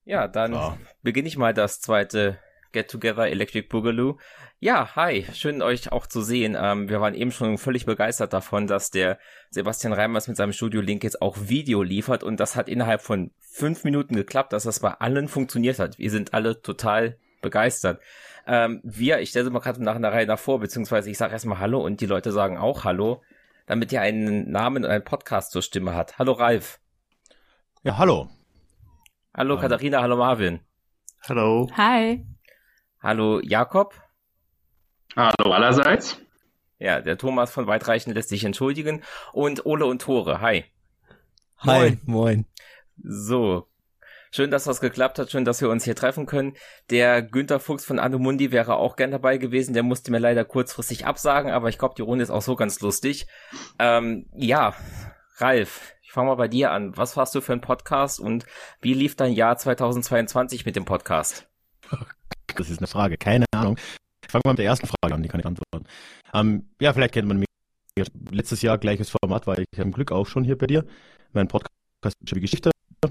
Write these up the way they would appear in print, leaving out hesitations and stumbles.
Ja, dann beginne ich mal das zweite Get Together Electric Boogaloo. Ja, hi, schön euch auch zu sehen. Wir waren eben schon völlig begeistert davon, dass der Sebastian Reimers mit seinem Studio Link jetzt auch Video liefert und das hat innerhalb von 5 Minuten geklappt, dass das bei allen funktioniert hat. Wir sind alle total begeistert. Ich stelle sie mal gerade nach einer Reihe nach vor, beziehungsweise ich sage erstmal Hallo und die Leute sagen auch Hallo, damit ihr einen Namen und einen Podcast zur Stimme hat. Hallo Ralf. Ja, hallo. Hallo Katharina, hallo Marvin. Hallo. Hi. Hallo Jakob. Hallo allerseits. Ja, der Thomas von Weitreichen lässt sich entschuldigen. Und Ole und Tore, hi. Hi, moin. So, schön, dass das geklappt hat, schön, dass wir uns hier treffen können. Der Günther Fuchs von Anumundi wäre auch gern dabei gewesen, der musste mir leider kurzfristig absagen, aber ich glaube, die Runde ist auch so ganz lustig. Ja, Ralf, ich fange mal bei dir an. Was warst du für ein Podcast und wie lief dein Jahr 2022 mit dem Podcast? Das ist eine Frage, keine Ahnung. Ich fange mal mit der ersten Frage an, die kann ich antworten. Ja, vielleicht kennt man mich. Letztes Jahr gleiches Format war ich im Glück auch schon hier bei dir. Mein Podcast ist die Geschichte.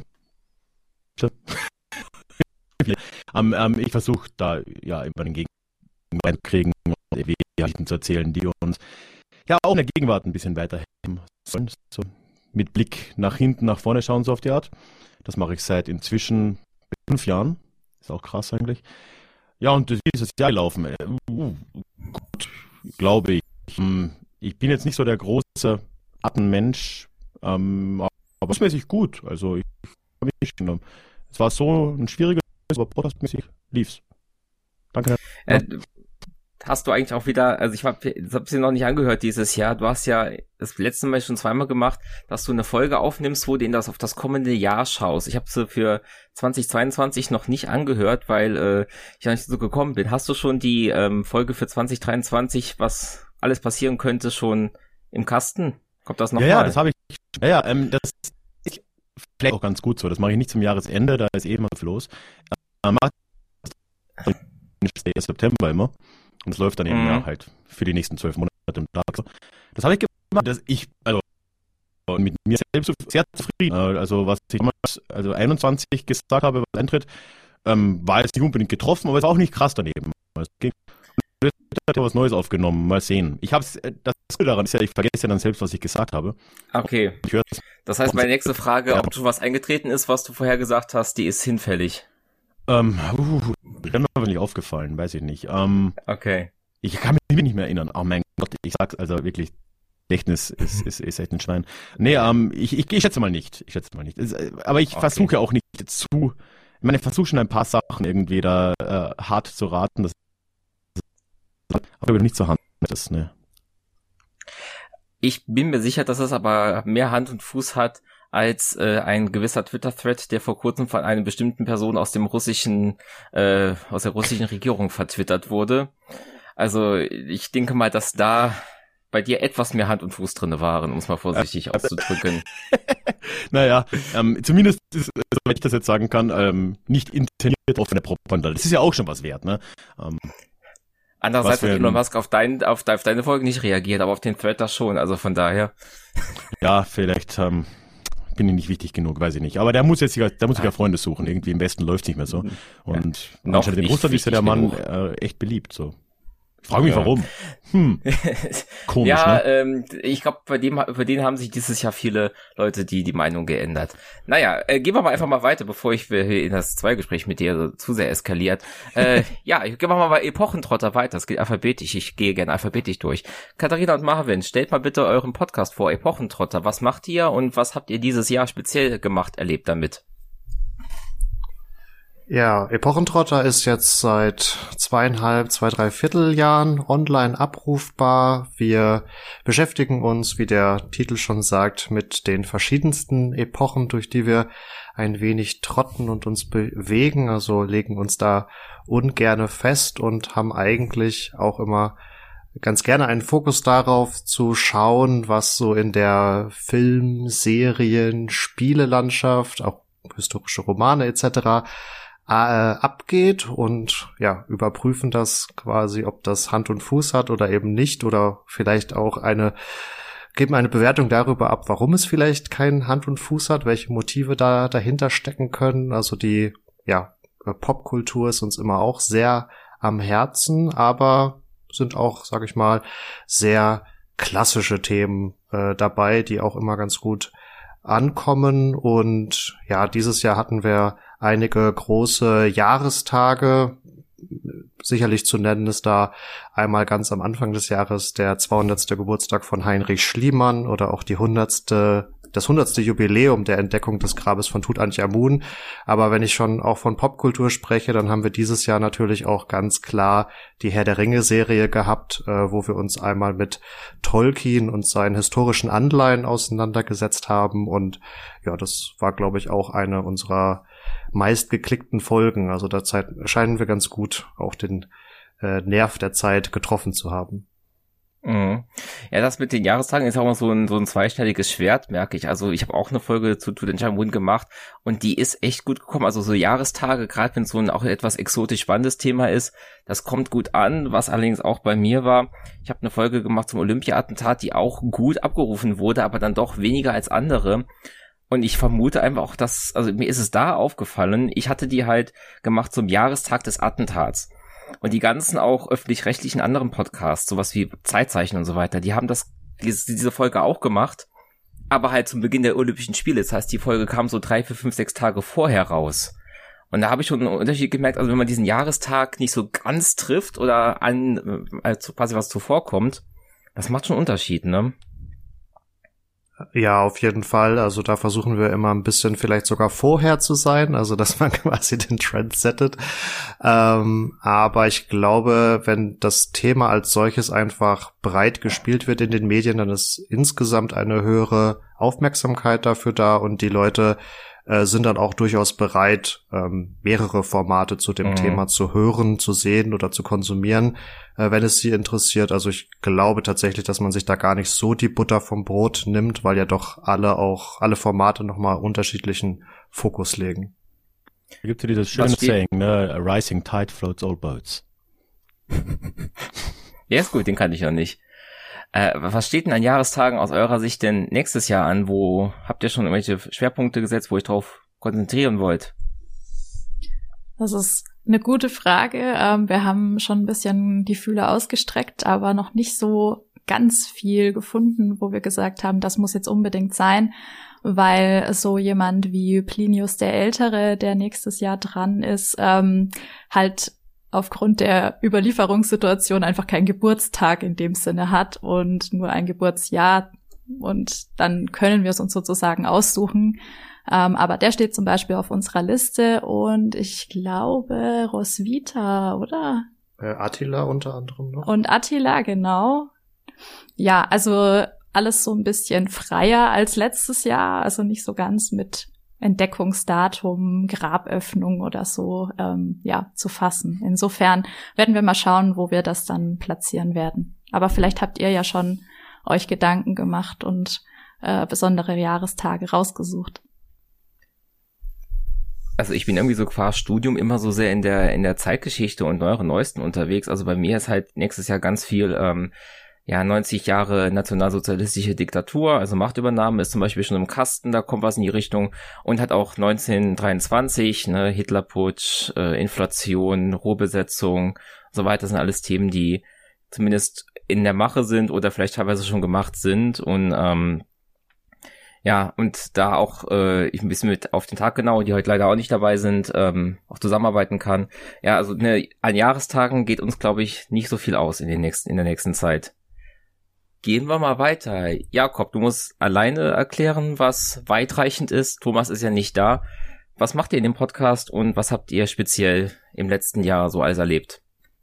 Ich versuche da ja immer den Gegenwart reinzukriegen und Geschichten zu erzählen, die uns ja auch in der Gegenwart ein bisschen weiterhelfen sollen. So mit Blick nach hinten, nach vorne schauen, so auf die Art. Das mache ich seit inzwischen 5 Jahren. Ist auch krass eigentlich. Ja, und das ist das Jahr gelaufen. Gut, glaube ich. Ich bin jetzt nicht so der große Artenmensch, aber postmäßig gut. Also ich habe mich nicht genommen. Es war so ein schwieriges, aber podcastmäßig lief's. Danke. Hast du eigentlich auch wieder, also ich habe sie noch nicht angehört dieses Jahr, du hast ja das letzte Mal schon zweimal gemacht, dass du eine Folge aufnimmst, wo du auf das kommende Jahr schaust. Ich habe sie für 2022 noch nicht angehört, weil ich noch nicht so gekommen bin. Hast du schon die Folge für 2023, was alles passieren könnte, schon im Kasten? Kommt das noch mal? Ja, das habe ich. Ja, das ist vielleicht auch ganz gut so. Das mache ich nicht zum Jahresende, da ist eben was los. September immer. Und es läuft dann eben ja halt für die nächsten 12 Monate im Tag. Das habe ich gemacht, dass ich, also mit mir selbst sehr zufrieden. Also was ich damals, 21 gesagt habe, was eintritt, war jetzt nicht unbedingt getroffen, aber es war auch nicht krass daneben. Es hat ja was Neues aufgenommen, mal sehen. Das Gute daran ist ja, ich vergesse ja dann selbst, was ich gesagt habe. Okay. Das heißt, meine nächste Frage, ob schon was eingetreten ist, was du vorher gesagt hast, die ist hinfällig. Dann war mir nicht aufgefallen, weiß ich nicht. Okay. Ich kann mich nicht mehr erinnern. Oh mein Gott, ich sag's also wirklich, Gedächtnis ist echt ein Schwein. Nee, ich schätze mal nicht. Aber ich versuche auch nicht ich versuche schon ein paar Sachen irgendwie da hart zu raten. Das aber nicht zur Hand. Ne. Ich bin mir sicher, dass es aber mehr Hand und Fuß hat, als ein gewisser Twitter-Thread, der vor kurzem von einer bestimmten Person aus der russischen Regierung vertwittert wurde. Also ich denke mal, dass da bei dir etwas mehr Hand und Fuß drinne waren, um es mal vorsichtig auszudrücken. Naja, zumindest ist, soweit ich das jetzt sagen kann, nicht intendiert auf eine Propaganda. Das ist ja auch schon was wert, ne? Andererseits hat Elon Musk auf deine Folge nicht reagiert, aber auf den Thread da schon, also von daher. Ja, vielleicht bin ich nicht wichtig genug, weiß ich nicht. Aber der muss sich ja Freunde suchen. Irgendwie im Westen läuft es nicht mehr so. Und anscheinend in Russland ist ja der Mann echt beliebt. So. Ich frage mich, warum. Komisch, ja, ne? Ich glaube, bei denen haben sich dieses Jahr viele Leute die Meinung geändert. Naja, gehen wir mal einfach mal weiter, bevor ich hier in das Zweigespräch mit dir zu sehr eskaliert. Ja, gehen wir mal bei Epochentrotter weiter. Es geht alphabetisch. Ich gehe gerne alphabetisch durch. Katharina und Marvin, stellt mal bitte euren Podcast vor, Epochentrotter. Was macht ihr und was habt ihr dieses Jahr speziell erlebt damit? Ja, Epochentrotter ist jetzt seit 2,5 Jahren online abrufbar. Wir beschäftigen uns, wie der Titel schon sagt, mit den verschiedensten Epochen, durch die wir ein wenig trotten und uns bewegen. Also legen uns da ungerne fest und haben eigentlich auch immer ganz gerne einen Fokus darauf zu schauen, was so in der Film-, Serien-, Spielelandschaft, auch historische Romane etc. abgeht und ja, überprüfen das quasi, ob das Hand und Fuß hat oder eben nicht, oder vielleicht auch geben eine Bewertung darüber ab, warum es vielleicht keinen Hand und Fuß hat, welche Motive da dahinter stecken können. Also die Popkultur ist uns immer auch sehr am Herzen, aber sind auch, sag ich mal, sehr klassische Themen dabei, die auch immer ganz gut ankommen. Und ja, dieses Jahr hatten wir einige große Jahrestage. Sicherlich zu nennen ist da einmal ganz am Anfang des Jahres der 200. Geburtstag von Heinrich Schliemann oder auch das 100. Jubiläum der Entdeckung des Grabes von Tutanchamun. Aber wenn ich schon auch von Popkultur spreche, dann haben wir dieses Jahr natürlich auch ganz klar die Herr der Ringe-Serie gehabt, wo wir uns einmal mit Tolkien und seinen historischen Anleihen auseinandergesetzt haben. Und ja, das war, glaube ich, auch eine unserer meistgeklickten Folgen. Also derzeit scheinen wir ganz gut auch den Nerv der Zeit getroffen zu haben. Mhm. Ja, das mit den Jahrestagen ist auch immer so ein zweischneidiges Schwert, merke ich. Also ich habe auch eine Folge zu Tutanchamun gemacht und die ist echt gut gekommen. Also so Jahrestage, gerade wenn es so ein auch etwas exotisch spannendes Thema ist, das kommt gut an. Was allerdings auch bei mir war, ich habe eine Folge gemacht zum Olympia-Attentat, die auch gut abgerufen wurde, aber dann doch weniger als andere. Und ich vermute einfach auch, also mir ist es da aufgefallen, ich hatte die halt gemacht zum Jahrestag des Attentats. Und die ganzen auch öffentlich-rechtlichen anderen Podcasts, sowas wie Zeitzeichen und so weiter, die haben diese Folge auch gemacht, aber halt zum Beginn der Olympischen Spiele. Das heißt, die Folge kam so 3, 4, 5, 6 Tage vorher raus. Und da habe ich schon einen Unterschied gemerkt, also wenn man diesen Jahrestag nicht so ganz trifft oder also quasi was zuvorkommt, das macht schon einen Unterschied, ne? Ja, auf jeden Fall. Also da versuchen wir immer ein bisschen vielleicht sogar vorher zu sein, also dass man quasi den Trend settet. Aber ich glaube, wenn das Thema als solches einfach breit gespielt wird in den Medien, dann ist insgesamt eine höhere Aufmerksamkeit dafür da und die Leute sind dann auch durchaus bereit, mehrere Formate zu dem Thema zu hören, zu sehen oder zu konsumieren, wenn es sie interessiert. Also ich glaube tatsächlich, dass man sich da gar nicht so die Butter vom Brot nimmt, weil ja doch alle Formate nochmal unterschiedlichen Fokus legen. Da gibt es ja dieses schöne Saying, ne? A rising tide floats all boats. Ja, ist gut, den kannte ich noch nicht. Was steht denn an Jahrestagen aus eurer Sicht denn nächstes Jahr an? Wo habt ihr schon irgendwelche Schwerpunkte gesetzt, wo ihr drauf konzentrieren wollt? Das ist eine gute Frage. Wir haben schon ein bisschen die Fühler ausgestreckt, aber noch nicht so ganz viel gefunden, wo wir gesagt haben, das muss jetzt unbedingt sein, weil so jemand wie Plinius der Ältere, der nächstes Jahr dran ist, halt aufgrund der Überlieferungssituation einfach keinen Geburtstag in dem Sinne hat und nur ein Geburtsjahr und dann können wir es uns sozusagen aussuchen. Aber der steht zum Beispiel auf unserer Liste und ich glaube Roswitha, oder? Attila unter anderem noch. Und Attila, genau. Ja, also alles so ein bisschen freier als letztes Jahr, also nicht so ganz mit Entdeckungsdatum, Graböffnung oder so zu fassen. Insofern werden wir mal schauen, wo wir das dann platzieren werden. Aber vielleicht habt ihr ja schon euch Gedanken gemacht und besondere Jahrestage rausgesucht. Also ich bin irgendwie so qua Studium immer so sehr in der Zeitgeschichte und Neuesten unterwegs. Also bei mir ist halt nächstes Jahr ganz viel 90 Jahre nationalsozialistische Diktatur, also Machtübernahme ist zum Beispiel schon im Kasten, da kommt was in die Richtung und hat auch 1923, ne, Hitlerputsch, Inflation, Ruhrbesetzung, so weiter, sind alles Themen, die zumindest in der Mache sind oder vielleicht teilweise schon gemacht sind und und da auch ich ein bisschen mit auf den Tag genau, die heute leider auch nicht dabei sind, auch zusammenarbeiten kann. Ja, also an Jahrestagen geht uns, glaube ich, nicht so viel aus in der nächsten Zeit. Gehen wir mal weiter. Jakob, du musst alleine erklären, was weitreichend ist. Thomas ist ja nicht da. Was macht ihr in dem Podcast und was habt ihr speziell im letzten Jahr so alles erlebt?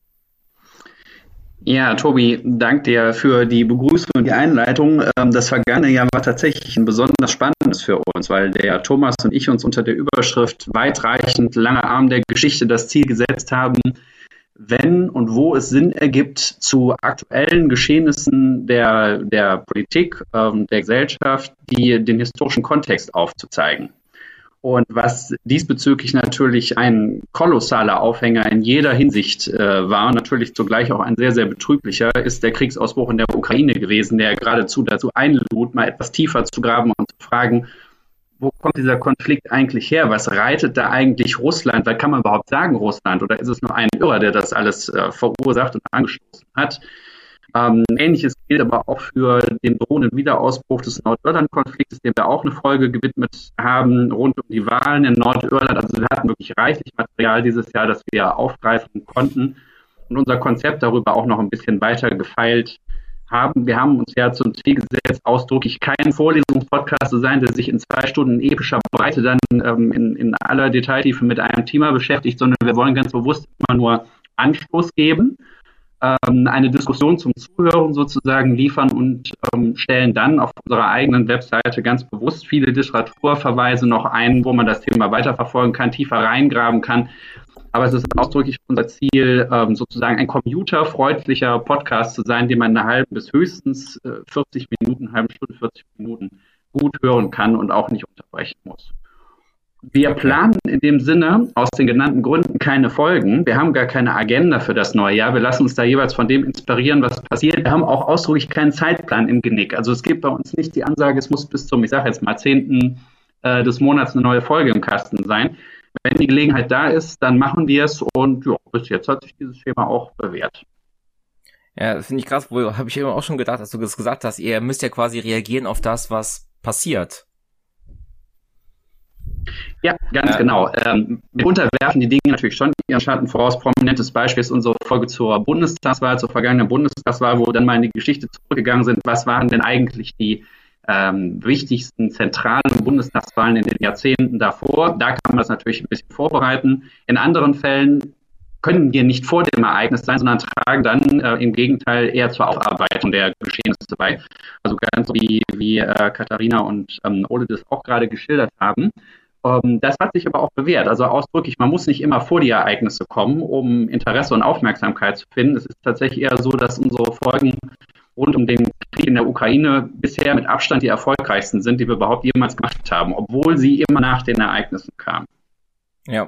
Ja, Tobi, danke dir für die Begrüßung und die Einleitung. Das vergangene Jahr war tatsächlich ein besonders spannendes für uns, weil der Thomas und ich uns unter der Überschrift weitreichend, langer Arm der Geschichte das Ziel gesetzt haben, wenn und wo es Sinn ergibt, zu aktuellen Geschehnissen der Politik, der Gesellschaft, den historischen Kontext aufzuzeigen. Und was diesbezüglich natürlich ein kolossaler Aufhänger in jeder Hinsicht war, natürlich zugleich auch ein sehr, sehr betrüblicher, ist der Kriegsausbruch in der Ukraine gewesen, der geradezu dazu einlud, mal etwas tiefer zu graben und zu fragen, wo kommt dieser Konflikt eigentlich her? Was reitet da eigentlich Russland? Weil kann man überhaupt sagen Russland? Oder ist es nur ein Irrer, der das alles verursacht und angestoßen hat? Ähnliches gilt aber auch für den drohenden Wiederausbruch des Nordirland-Konfliktes, dem wir auch eine Folge gewidmet haben, rund um die Wahlen in Nordirland. Also wir hatten wirklich reichlich Material dieses Jahr, das wir aufgreifen konnten und unser Konzept darüber auch noch ein bisschen weiter gefeilt haben. Wir haben uns ja zum Ziel gesetzt, ausdrücklich kein Vorlesungspodcast zu sein, der sich in 2 Stunden epischer Breite dann in aller Detailtiefe mit einem Thema beschäftigt, sondern wir wollen ganz bewusst immer nur Anstoß geben, eine Diskussion zum Zuhören sozusagen liefern und stellen dann auf unserer eigenen Webseite ganz bewusst viele Literaturverweise noch ein, wo man das Thema weiterverfolgen kann, tiefer reingraben kann. Aber es ist ausdrücklich unser Ziel, sozusagen ein computerfreundlicher Podcast zu sein, den man eine halbe bis höchstens 40 Minuten, halbe Stunde, 40 Minuten gut hören kann und auch nicht unterbrechen muss. Wir planen in dem Sinne aus den genannten Gründen keine Folgen. Wir haben gar keine Agenda für das neue Jahr. Wir lassen uns da jeweils von dem inspirieren, was passiert. Wir haben auch ausdrücklich keinen Zeitplan im Genick. Also es gibt bei uns nicht die Ansage, es muss bis zum, ich sage jetzt mal, 10. Des Monats eine neue Folge im Kasten sein. Wenn die Gelegenheit da ist, dann machen wir es und ja, bis jetzt hat sich dieses Schema auch bewährt. Ja, das finde ich krass, habe ich eben auch schon gedacht, als du das gesagt hast, ihr müsst ja quasi reagieren auf das, was passiert. Ja, ganz genau. Wir unterwerfen die Dinge natürlich schon ihren Schatten voraus. Prominentes Beispiel ist unsere Folge zur Bundestagswahl, zur vergangenen Bundestagswahl, wo wir dann mal in die Geschichte zurückgegangen sind. Was waren denn eigentlich die wichtigsten zentralen Bundestagswahlen in den Jahrzehnten davor? Da kann man das natürlich ein bisschen vorbereiten. In anderen Fällen können wir nicht vor dem Ereignis sein, sondern tragen dann im Gegenteil eher zur Aufarbeitung der Geschehnisse bei. Also ganz so wie Katharina und Ole das auch gerade geschildert haben. Das hat sich aber auch bewährt. Also ausdrücklich, man muss nicht immer vor die Ereignisse kommen, um Interesse und Aufmerksamkeit zu finden. Es ist tatsächlich eher so, dass unsere Folgen rund um den Krieg in der Ukraine bisher mit Abstand die erfolgreichsten sind, die wir überhaupt jemals gemacht haben, obwohl sie immer nach den Ereignissen kamen. Ja.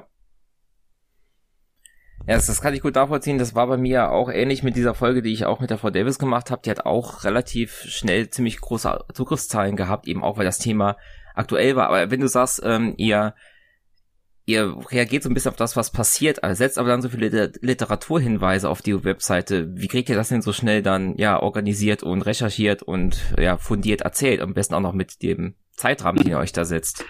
Ja, das kann ich gut nachvollziehen. Das war bei mir auch ähnlich mit dieser Folge, die ich auch mit der Frau Davis gemacht habe. Die hat auch relativ schnell ziemlich große Zugriffszahlen gehabt, eben auch, weil das Thema aktuell war. Aber wenn du sagst, ihr reagiert so ein bisschen auf das, was passiert, setzt aber dann so viele Literaturhinweise auf die Webseite. Wie kriegt ihr das denn so schnell dann organisiert und recherchiert und fundiert erzählt? Am besten auch noch mit dem Zeitrahmen, den ihr euch da setzt.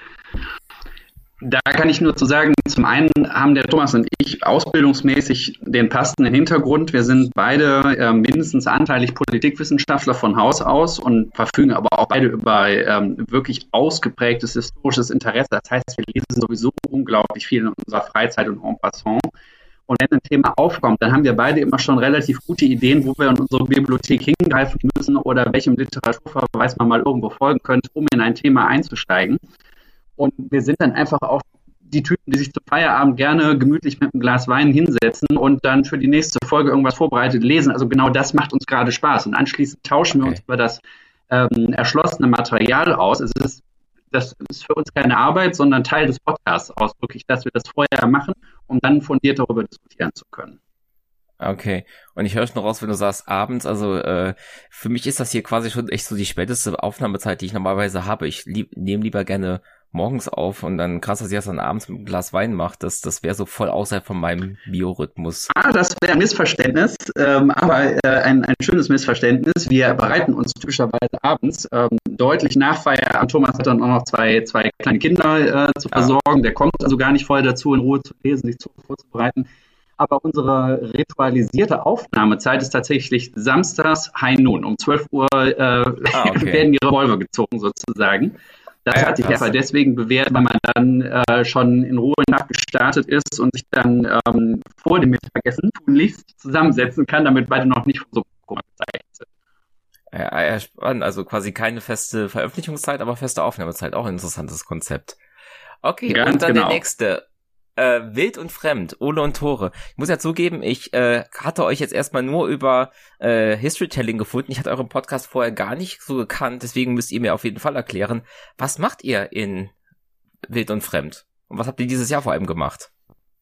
Da kann ich nur zu sagen, zum einen haben der Thomas und ich ausbildungsmäßig den passenden Hintergrund. Wir sind beide mindestens anteilig Politikwissenschaftler von Haus aus und verfügen aber auch beide über wirklich ausgeprägtes historisches Interesse. Das heißt, wir lesen sowieso unglaublich viel in unserer Freizeit und en passant. Und wenn ein Thema aufkommt, dann haben wir beide immer schon relativ gute Ideen, wo wir in unsere Bibliothek hingreifen müssen oder welchem Literaturverweis man mal irgendwo folgen könnte, um in ein Thema einzusteigen. Und wir sind dann einfach auch die Typen, die sich zu Feierabend gerne gemütlich mit einem Glas Wein hinsetzen und dann für die nächste Folge irgendwas vorbereitet lesen. Also genau das macht uns gerade Spaß. Und anschließend tauschen wir uns über das erschlossene Material aus. Das ist für uns keine Arbeit, sondern Teil des Podcasts ausdrücklich, dass wir das vorher machen, um dann fundiert darüber diskutieren zu können. Okay, und ich höre schon raus, wenn du sagst abends, also für mich ist das hier quasi schon echt so die späteste Aufnahmezeit, die ich normalerweise habe. Ich nehme lieber gerne morgens auf und dann krass, dass ich das dann abends mit einem Glas Wein mache. Das wäre so voll außerhalb von meinem Biorhythmus. Das wäre ein Missverständnis, aber ein schönes Missverständnis. Wir bereiten uns typischerweise abends deutlich nach Feierabend. Thomas hat dann auch noch zwei kleine Kinder zu versorgen. Der kommt also gar nicht vorher dazu, in Ruhe zu lesen, sich vorzubereiten. Aber unsere ritualisierte Aufnahmezeit ist tatsächlich samstags High Noon. Um 12 Uhr werden die Revolver gezogen sozusagen. Das hat sich einfach deswegen bewährt, weil man dann schon in Ruhe in den Tag gestartet ist und sich dann vor dem Mittagessen tunlichst zusammensetzen kann, damit beide noch nicht so gezeichnet sind. Ja, spannend. Also quasi keine feste Veröffentlichungszeit, aber feste Aufnahmezeit. Auch ein interessantes Konzept. Okay, ganz und dann der nächste. Wild und Fremd, Ole und Tore. Ich muss ja zugeben, ich hatte euch jetzt erstmal nur über Historytelling gefunden. Ich hatte euren Podcast vorher gar nicht so gekannt, deswegen müsst ihr mir auf jeden Fall erklären, was macht ihr in Wild und Fremd? Und was habt ihr dieses Jahr vor allem gemacht?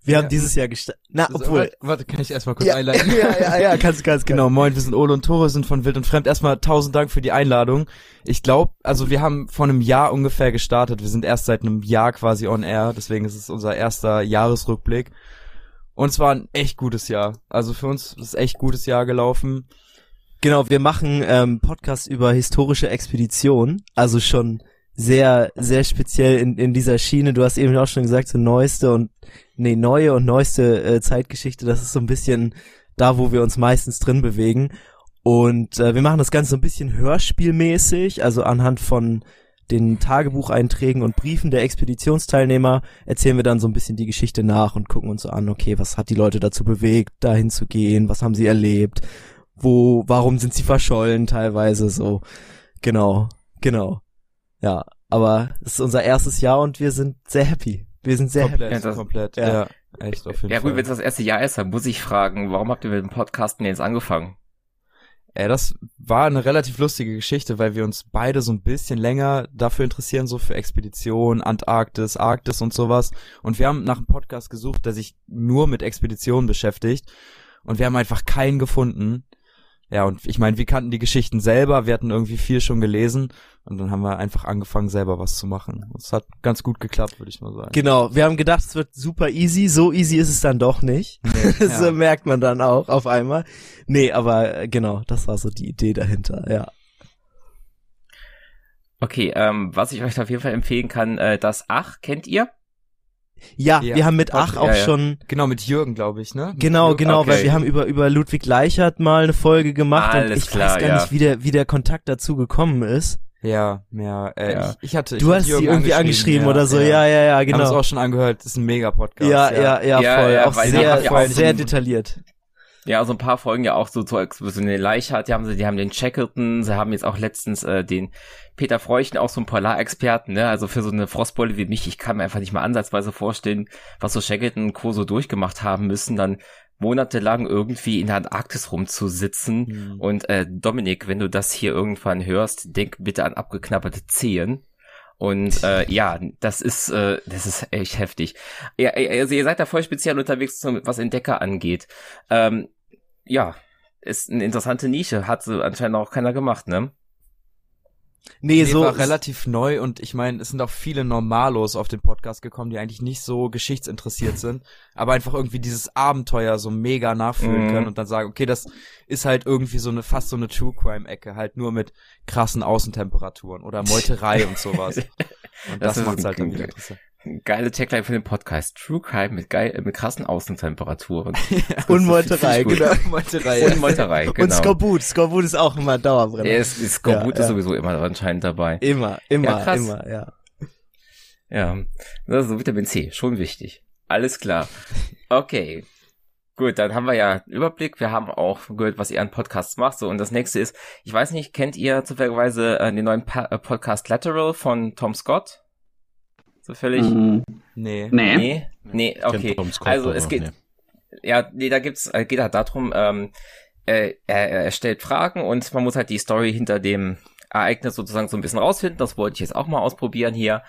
Wir haben dieses Jahr Warte, kann ich erstmal kurz einleiten? Ja, kannst genau. Moin, wir sind Ole und Tore, sind von Wild und Fremd. Erstmal 1000 Dank für die Einladung. Ich glaube, also wir haben vor einem Jahr ungefähr gestartet. Wir sind erst seit einem Jahr quasi on air, deswegen ist es unser erster Jahresrückblick. Und es war ein echt gutes Jahr. Also für uns ist echt gutes Jahr gelaufen. Genau, wir machen Podcast über historische Expeditionen, also schon sehr, sehr speziell in dieser Schiene. Du hast eben auch schon gesagt, so neue und neueste Zeitgeschichte, das ist so ein bisschen da, wo wir uns meistens drin bewegen. Und wir machen das Ganze so ein bisschen hörspielmäßig, also anhand von den Tagebucheinträgen und Briefen der Expeditionsteilnehmer erzählen wir dann so ein bisschen die Geschichte nach und gucken uns so an, okay, was hat die Leute dazu bewegt, dahin zu gehen, was haben sie erlebt, warum sind sie verschollen teilweise, so. Genau. Ja, aber es ist unser erstes Jahr und wir sind sehr happy. Wir sind sehr happy. Komplett. Ja, echt auf jeden Fall. Ja gut, wenn es das erste Jahr ist, dann muss ich fragen, warum habt ihr mit dem Podcasten jetzt angefangen? Das war eine relativ lustige Geschichte, weil wir uns beide so ein bisschen länger dafür interessieren, so für Expeditionen, Antarktis, Arktis und sowas. Und wir haben nach einem Podcast gesucht, der sich nur mit Expeditionen beschäftigt. Und wir haben einfach keinen gefunden. Ja, und ich meine, wir kannten die Geschichten selber, wir hatten irgendwie viel schon gelesen und dann haben wir einfach angefangen, selber was zu machen. Es hat ganz gut geklappt, würde ich mal sagen. Genau, wir haben gedacht, es wird super easy, so easy ist es dann doch nicht. Nee, so merkt man dann auch auf einmal. Nee, aber genau, das war so die Idee dahinter, ja. Okay, was ich euch auf jeden Fall empfehlen kann, das Ach, kennt ihr? Ja, wir haben mit Ach auch schon... Genau, mit Jürgen, glaube ich, ne? Genau, okay. Weil wir haben über Ludwig Leichhardt mal eine Folge gemacht und ich weiß gar nicht, wie der Kontakt dazu gekommen ist. Ja. Ich hatte Du hast sie irgendwie angeschrieben oder so, ja, genau. Haben es auch schon angehört, das ist ein Mega-Podcast. Ja, voll, auch sehr detailliert. Ja, so ein paar Folgen ja auch so eine Leichhardt, die haben den Shackleton, sie haben jetzt auch letztens den Peter Freuchen, auch so ein Polarexperten, ne, also für so eine Frostbeule wie mich, ich kann mir einfach nicht mal ansatzweise vorstellen, was so Shackleton und Co. so durchgemacht haben müssen, dann monatelang irgendwie in der Antarktis rumzusitzen und Dominik, wenn du das hier irgendwann hörst, denk bitte an abgeknabberte Zehen. Und das ist echt heftig. Ja, also ihr seid da voll speziell unterwegs, was Entdecker angeht. Ist eine interessante Nische, hat so anscheinend auch keiner gemacht, ne? Nee, so war relativ neu und ich meine, es sind auch viele Normalos auf den Podcast gekommen, die eigentlich nicht so geschichtsinteressiert sind, aber einfach irgendwie dieses Abenteuer so mega nachfühlen können und dann sagen, okay, das ist halt irgendwie fast so eine True Crime Ecke, halt nur mit krassen Außentemperaturen oder Meuterei und sowas. Und das macht's halt dann wieder interessant. Geile Tagline für den Podcast. True Crime mit krassen Außentemperaturen. Und Meuterei, genau. Und Meuterei, genau. Und Skorbut. Skorbut ist auch immer Dauerbrenner. Ja, Skorbut ist sowieso immer anscheinend dabei. Immer, ja. Ja, das ist so Vitamin C, schon wichtig. Alles klar. Okay. Gut, dann haben wir ja einen Überblick. Wir haben auch gehört, was ihr an Podcasts macht. So, und das nächste ist, ich weiß nicht, kennt ihr zufälligerweise den neuen Podcast Lateral von Tom Scott? Zufällig? Nee, okay. Also es geht, geht halt darum, er stellt Fragen und man muss halt die Story hinter dem Ereignis sozusagen so ein bisschen rausfinden. Das wollte ich jetzt auch mal ausprobieren hier.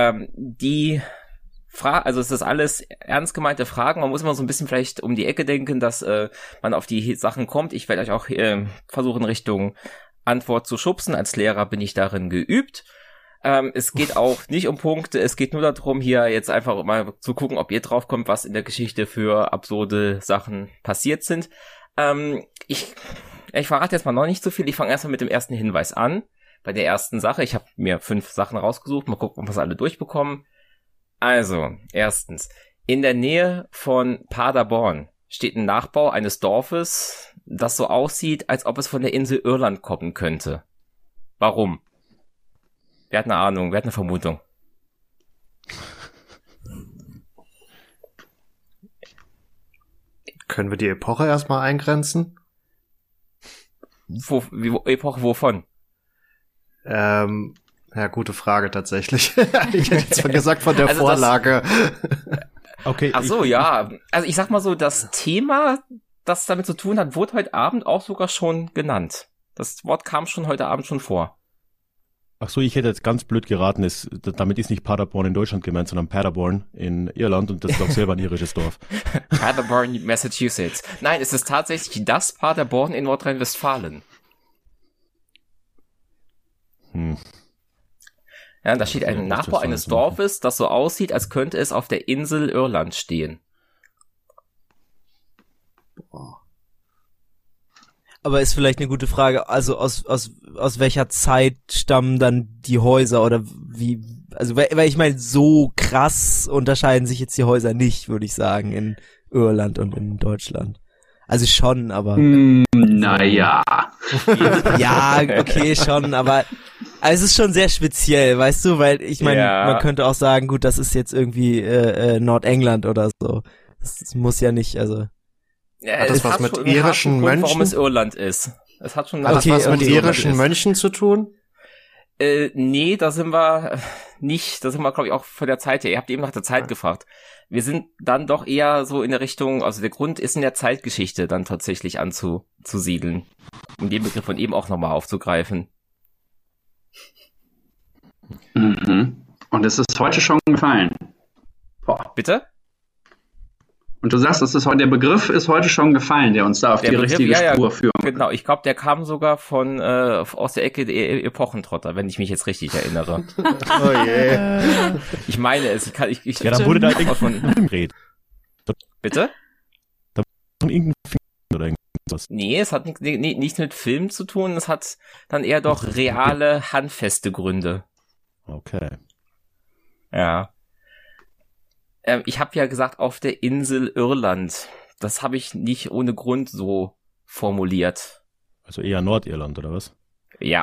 Also es ist alles ernst gemeinte Fragen. Man muss immer so ein bisschen vielleicht um die Ecke denken, dass man auf die Sachen kommt. Ich werde euch auch versuchen, Richtung Antwort zu schubsen. Als Lehrer bin ich darin geübt. Es geht auch nicht um Punkte, es geht nur darum, hier jetzt einfach mal zu gucken, ob ihr draufkommt, was in der Geschichte für absurde Sachen passiert sind. Ich verrate jetzt mal noch nicht so viel, ich fange erstmal mit dem ersten Hinweis an. Bei der ersten Sache, ich habe mir 5 Sachen rausgesucht, mal gucken, ob wir es alle durchbekommen. Also, erstens, in der Nähe von Paderborn steht ein Nachbau eines Dorfes, das so aussieht, als ob es von der Insel Irland kommen könnte. Warum? Wer hat eine Ahnung? Wer hat eine Vermutung? Können wir die Epoche erstmal eingrenzen? Epoche wovon? Ja, gute Frage tatsächlich. Ich hätte jetzt mal gesagt von der Vorlage. Okay. Ach so, ja. Also ich sag mal so, das Thema, das damit zu tun hat, wurde heute Abend auch sogar schon genannt. Das Wort kam schon heute Abend schon vor. Ach so, ich hätte jetzt ganz blöd geraten, damit ist nicht Paderborn in Deutschland gemeint, sondern Paderborn in Irland und das ist auch selber ein irisches Dorf. Paderborn, Massachusetts. Nein, es ist tatsächlich das Paderborn in Nordrhein-Westfalen. Ja, da steht ein Nachbau eines Dorfes, das so aussieht, als könnte es auf der Insel Irland stehen. Aber ist vielleicht eine gute Frage, also aus welcher Zeit stammen dann die Häuser oder wie, also weil ich meine, so krass unterscheiden sich jetzt die Häuser nicht, würde ich sagen, in Irland und in Deutschland. Also schon, aber... Naja. Ja, okay, schon, aber es ist schon sehr speziell, weißt du, weil ich meine, man könnte auch sagen, gut, das ist jetzt irgendwie Nordengland oder so. Das muss ja nicht, also... Ja, hat das was mit irischen Mönchen? Warum es Irland ist. Es hat schon hat das was mit irischen Mönchen zu tun? Nee, da sind wir nicht. Da sind wir, glaube ich, auch von der Zeit her. Ihr habt eben nach der Zeit gefragt. Wir sind dann doch eher so in der Richtung, also der Grund ist in der Zeitgeschichte dann tatsächlich anzusiedeln. Um den Begriff von eben auch nochmal aufzugreifen. Mhm. Und es ist heute schon gefallen. Boah. Bitte? Und du sagst, der Begriff ist heute schon gefallen, der uns da auf die richtige Spur führt. Genau, ich glaube, der kam sogar aus der Ecke der Epochentrotter, wenn ich mich jetzt richtig erinnere. Oh je. Ich meine es. Ja, dann wurde da irgendein Film. Bitte? Da von irgendeinem Film oder irgendwas. Nee, es hat nichts mit Film zu tun, es hat dann eher doch reale, handfeste Gründe. Okay. Ja. Ich habe ja gesagt, auf der Insel Irland. Das habe ich nicht ohne Grund so formuliert. Also eher Nordirland, oder was? Ja.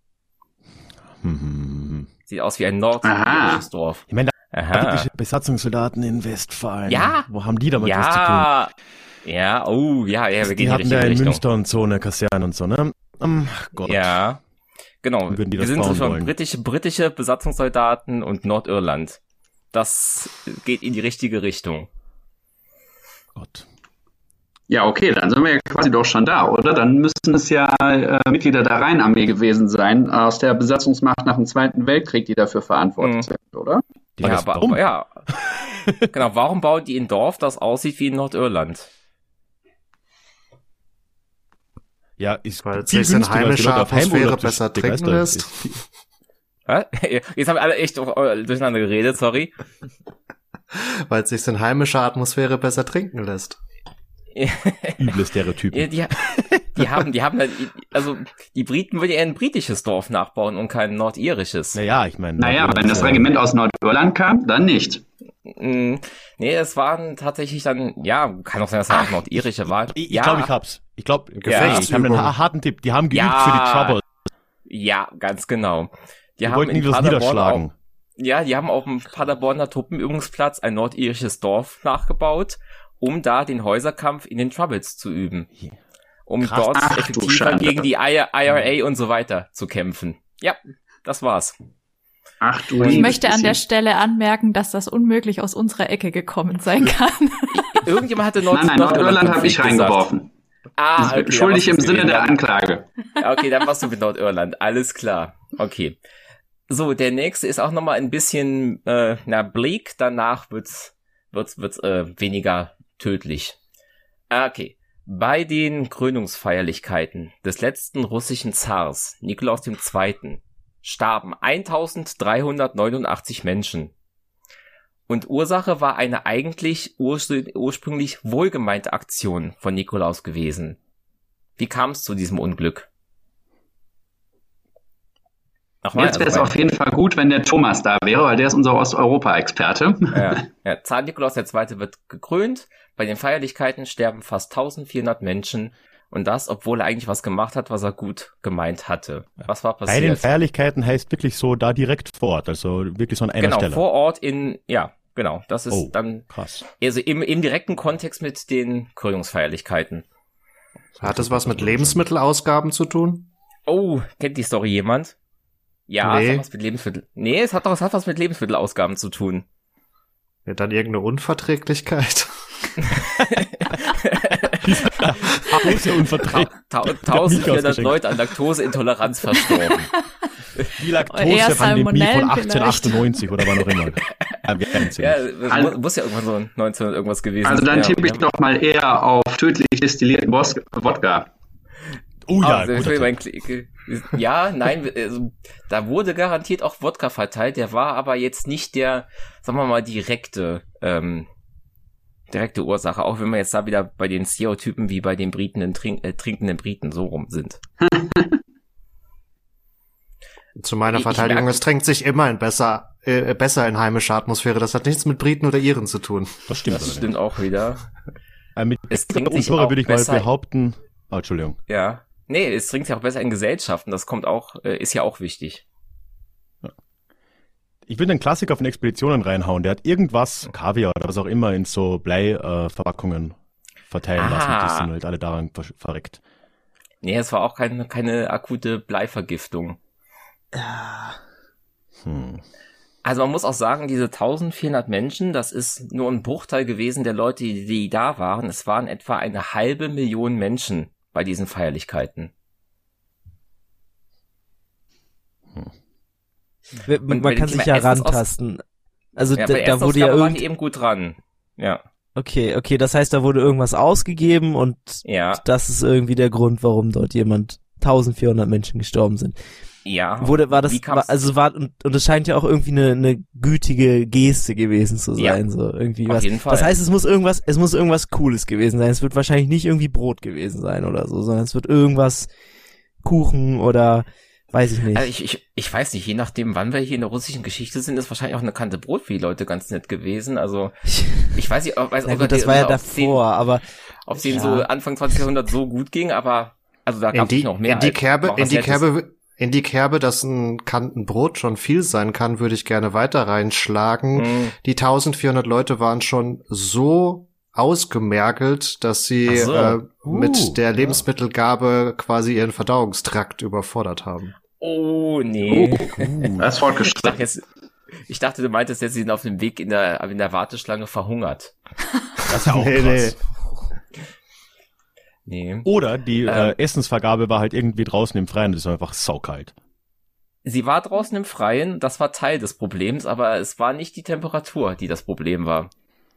Sieht aus wie ein nordirisches Dorf. Ich meine, britische Besatzungssoldaten in Westfalen. Ja. Wo haben die damit was zu tun? Ja, oh, ja, wir gehen die hatten da in Münster und so eine Kaserne und so, ne? Gott. Ja, genau. Wir sind so schon britische Besatzungssoldaten und Nordirland. Das geht in die richtige Richtung. Gott. Ja, okay, dann sind wir ja quasi doch schon da, oder? Dann müssten es ja Mitglieder der Rheinarmee gewesen sein, aus der Besatzungsmacht nach dem Zweiten Weltkrieg, die dafür verantwortlich sind, oder? Ja, aber ja. Genau, warum bauen die ein Dorf, das aussieht wie in Nordirland? Ja, ist weil es sich in heimischer Atmosphäre besser trinken lässt. Jetzt haben wir alle echt durcheinander geredet, sorry. Weil es sich in heimischer Atmosphäre besser trinken lässt. Üble Stereotypen. Die haben also die Briten würden eher ein britisches Dorf nachbauen und kein nordirisches. Naja, ich meine. Naja, wenn das Regiment aus Nordirland kam, dann nicht. Nee, es waren tatsächlich dann, ja, kann auch sein, dass es auch nordirische waren. Ich glaube, ich hab's. Ich glaube, ich habe einen harten Tipp. Die haben geübt für die Troubles. Ja, ganz genau. Die wollten ihn das niederschlagen. Die haben auf dem Paderborner Truppenübungsplatz ein nordirisches Dorf nachgebaut, um da den Häuserkampf in den Troubles zu üben. Um krass, dort effektiver gegen die IRA und so weiter zu kämpfen. Ja, das war's. Ach du Ich möchte an der Stelle anmerken, dass das unmöglich aus unserer Ecke gekommen sein kann. Irgendjemand hatte Nordirland habe ich reingeworfen. Okay, schuldig im Sinne der Anklage. Okay, dann warst du mit Nordirland. Alles klar. Okay. So, der nächste ist auch nochmal ein bisschen bleak. Danach wird's weniger tödlich. Okay. Bei den Krönungsfeierlichkeiten des letzten russischen Zars, Nikolaus II., starben 1389 Menschen. Und Ursache war eine eigentlich ursprünglich wohlgemeinte Aktion von Nikolaus gewesen. Wie kam es zu diesem Unglück? Jetzt wäre es auf jeden Fall gut, wenn der Thomas da wäre, weil der ist unser Osteuropa-Experte. Ja, Zar Nikolaus II. Wird gekrönt. Bei den Feierlichkeiten sterben fast 1400 Menschen. Und das, obwohl er eigentlich was gemacht hat, was er gut gemeint hatte. Was war passiert? Bei den Feierlichkeiten heißt wirklich so da direkt vor Ort, also wirklich so an einer Stelle. Genau, vor Ort genau. Das ist dann krass. Also im direkten Kontext mit den Krönungsfeierlichkeiten. Hat das was mit Lebensmittelausgaben zu tun? Oh, kennt die Story jemand? Ja, nee. Es hat was mit es hat was mit Lebensmittelausgaben zu tun. Ja, dann irgendeine Unverträglichkeit. Unverträglich. 1400 Leute an Laktoseintoleranz verstorben. Die Laktosepandemie von 1898 oder wann auch immer. Ja, muss ja irgendwann so 1900 irgendwas gewesen sein. Also dann tippe ich doch mal eher auf tödlich destillierten Wodka. Oh ja, ja, nein, also, da wurde garantiert auch Wodka verteilt, der war aber jetzt nicht der, sagen wir mal, direkte Ursache, auch wenn wir jetzt da wieder bei den Stereotypen wie bei den Briten, trinkenden Briten so rum sind. Zu meiner Verteidigung, es tränkt sich immer besser in heimischer Atmosphäre. Das hat nichts mit Briten oder Iren zu tun. Das stimmt. Das stimmt auch wieder. Es trinkt sich auch würde ich mal behaupten. Oh, Entschuldigung. Ja. Nee, es trinkt sich auch besser in Gesellschaften. Das kommt auch, ist ja auch wichtig. Ja. Ich will einen Klassiker von Expeditionen reinhauen. Der hat irgendwas, Kaviar oder was auch immer, in so Blei-Verpackungen verteilen lassen. Die sind halt alle daran verreckt. Nee, es war auch keine akute Bleivergiftung. Also man muss auch sagen, diese 1400 Menschen, das ist nur ein Bruchteil gewesen der Leute, die da waren. Es waren etwa 500.000 Menschen bei diesen Feierlichkeiten. Man kann sich ja rantasten. Also ja, da wurde ja waren die eben gut dran. Ja. Okay, das heißt, da wurde irgendwas ausgegeben und das ist irgendwie der Grund, warum dort 1400 Menschen gestorben sind. Ja. Und es scheint ja auch irgendwie eine gütige Geste gewesen zu sein, so irgendwie auf was. Jeden Fall. Das heißt, es muss irgendwas Cooles gewesen sein. Es wird wahrscheinlich nicht irgendwie Brot gewesen sein oder so, sondern es wird irgendwas Kuchen oder weiß ich nicht. Also ich weiß nicht, je nachdem, wann wir hier in der russischen Geschichte sind, ist wahrscheinlich auch eine Kante Brot für die Leute ganz nett gewesen. Also ich weiß nicht, das war ja davor, aber ob es ihnen so Anfang 20. Jahrhundert so gut ging, aber also da gab es noch mehr. In die Kerbe, dass ein Kantenbrot schon viel sein kann, würde ich gerne weiter reinschlagen. Die 1400 Leute waren schon so ausgemergelt, dass sie mit der Lebensmittelgabe quasi ihren Verdauungstrakt überfordert haben. Oh, nee. Das ist fortgeschritten. Ich dachte, du meintest jetzt, sie sind auf dem Weg in der Warteschlange verhungert. Das ist ja auch krass. Nee. Oder die Essensvergabe war halt irgendwie draußen im Freien, das ist einfach saukalt. Sie war draußen im Freien, das war Teil des Problems, aber es war nicht die Temperatur, die das Problem war.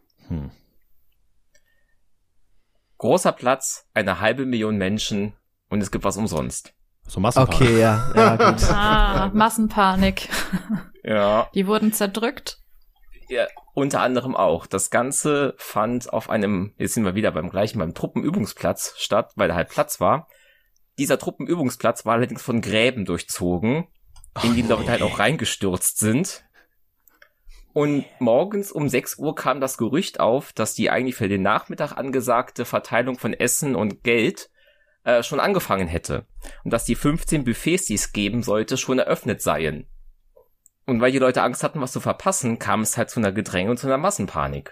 Großer Platz, 500.000 Menschen und es gibt was umsonst. So Massenpanik. Okay, ja gut. Massenpanik. Ja. Die wurden zerdrückt. Ja, unter anderem auch. Das Ganze fand auf jetzt sind wir wieder beim Truppenübungsplatz statt, weil da halt Platz war. Dieser Truppenübungsplatz war allerdings von Gräben durchzogen, in die Leute halt auch reingestürzt sind. Und morgens um 6 Uhr kam das Gerücht auf, dass die eigentlich für den Nachmittag angesagte Verteilung von Essen und Geld schon angefangen hätte. Und dass die 15 Buffets, die es geben sollte, schon eröffnet seien. Und weil die Leute Angst hatten, was zu verpassen, kam es halt zu einer Gedränge und zu einer Massenpanik.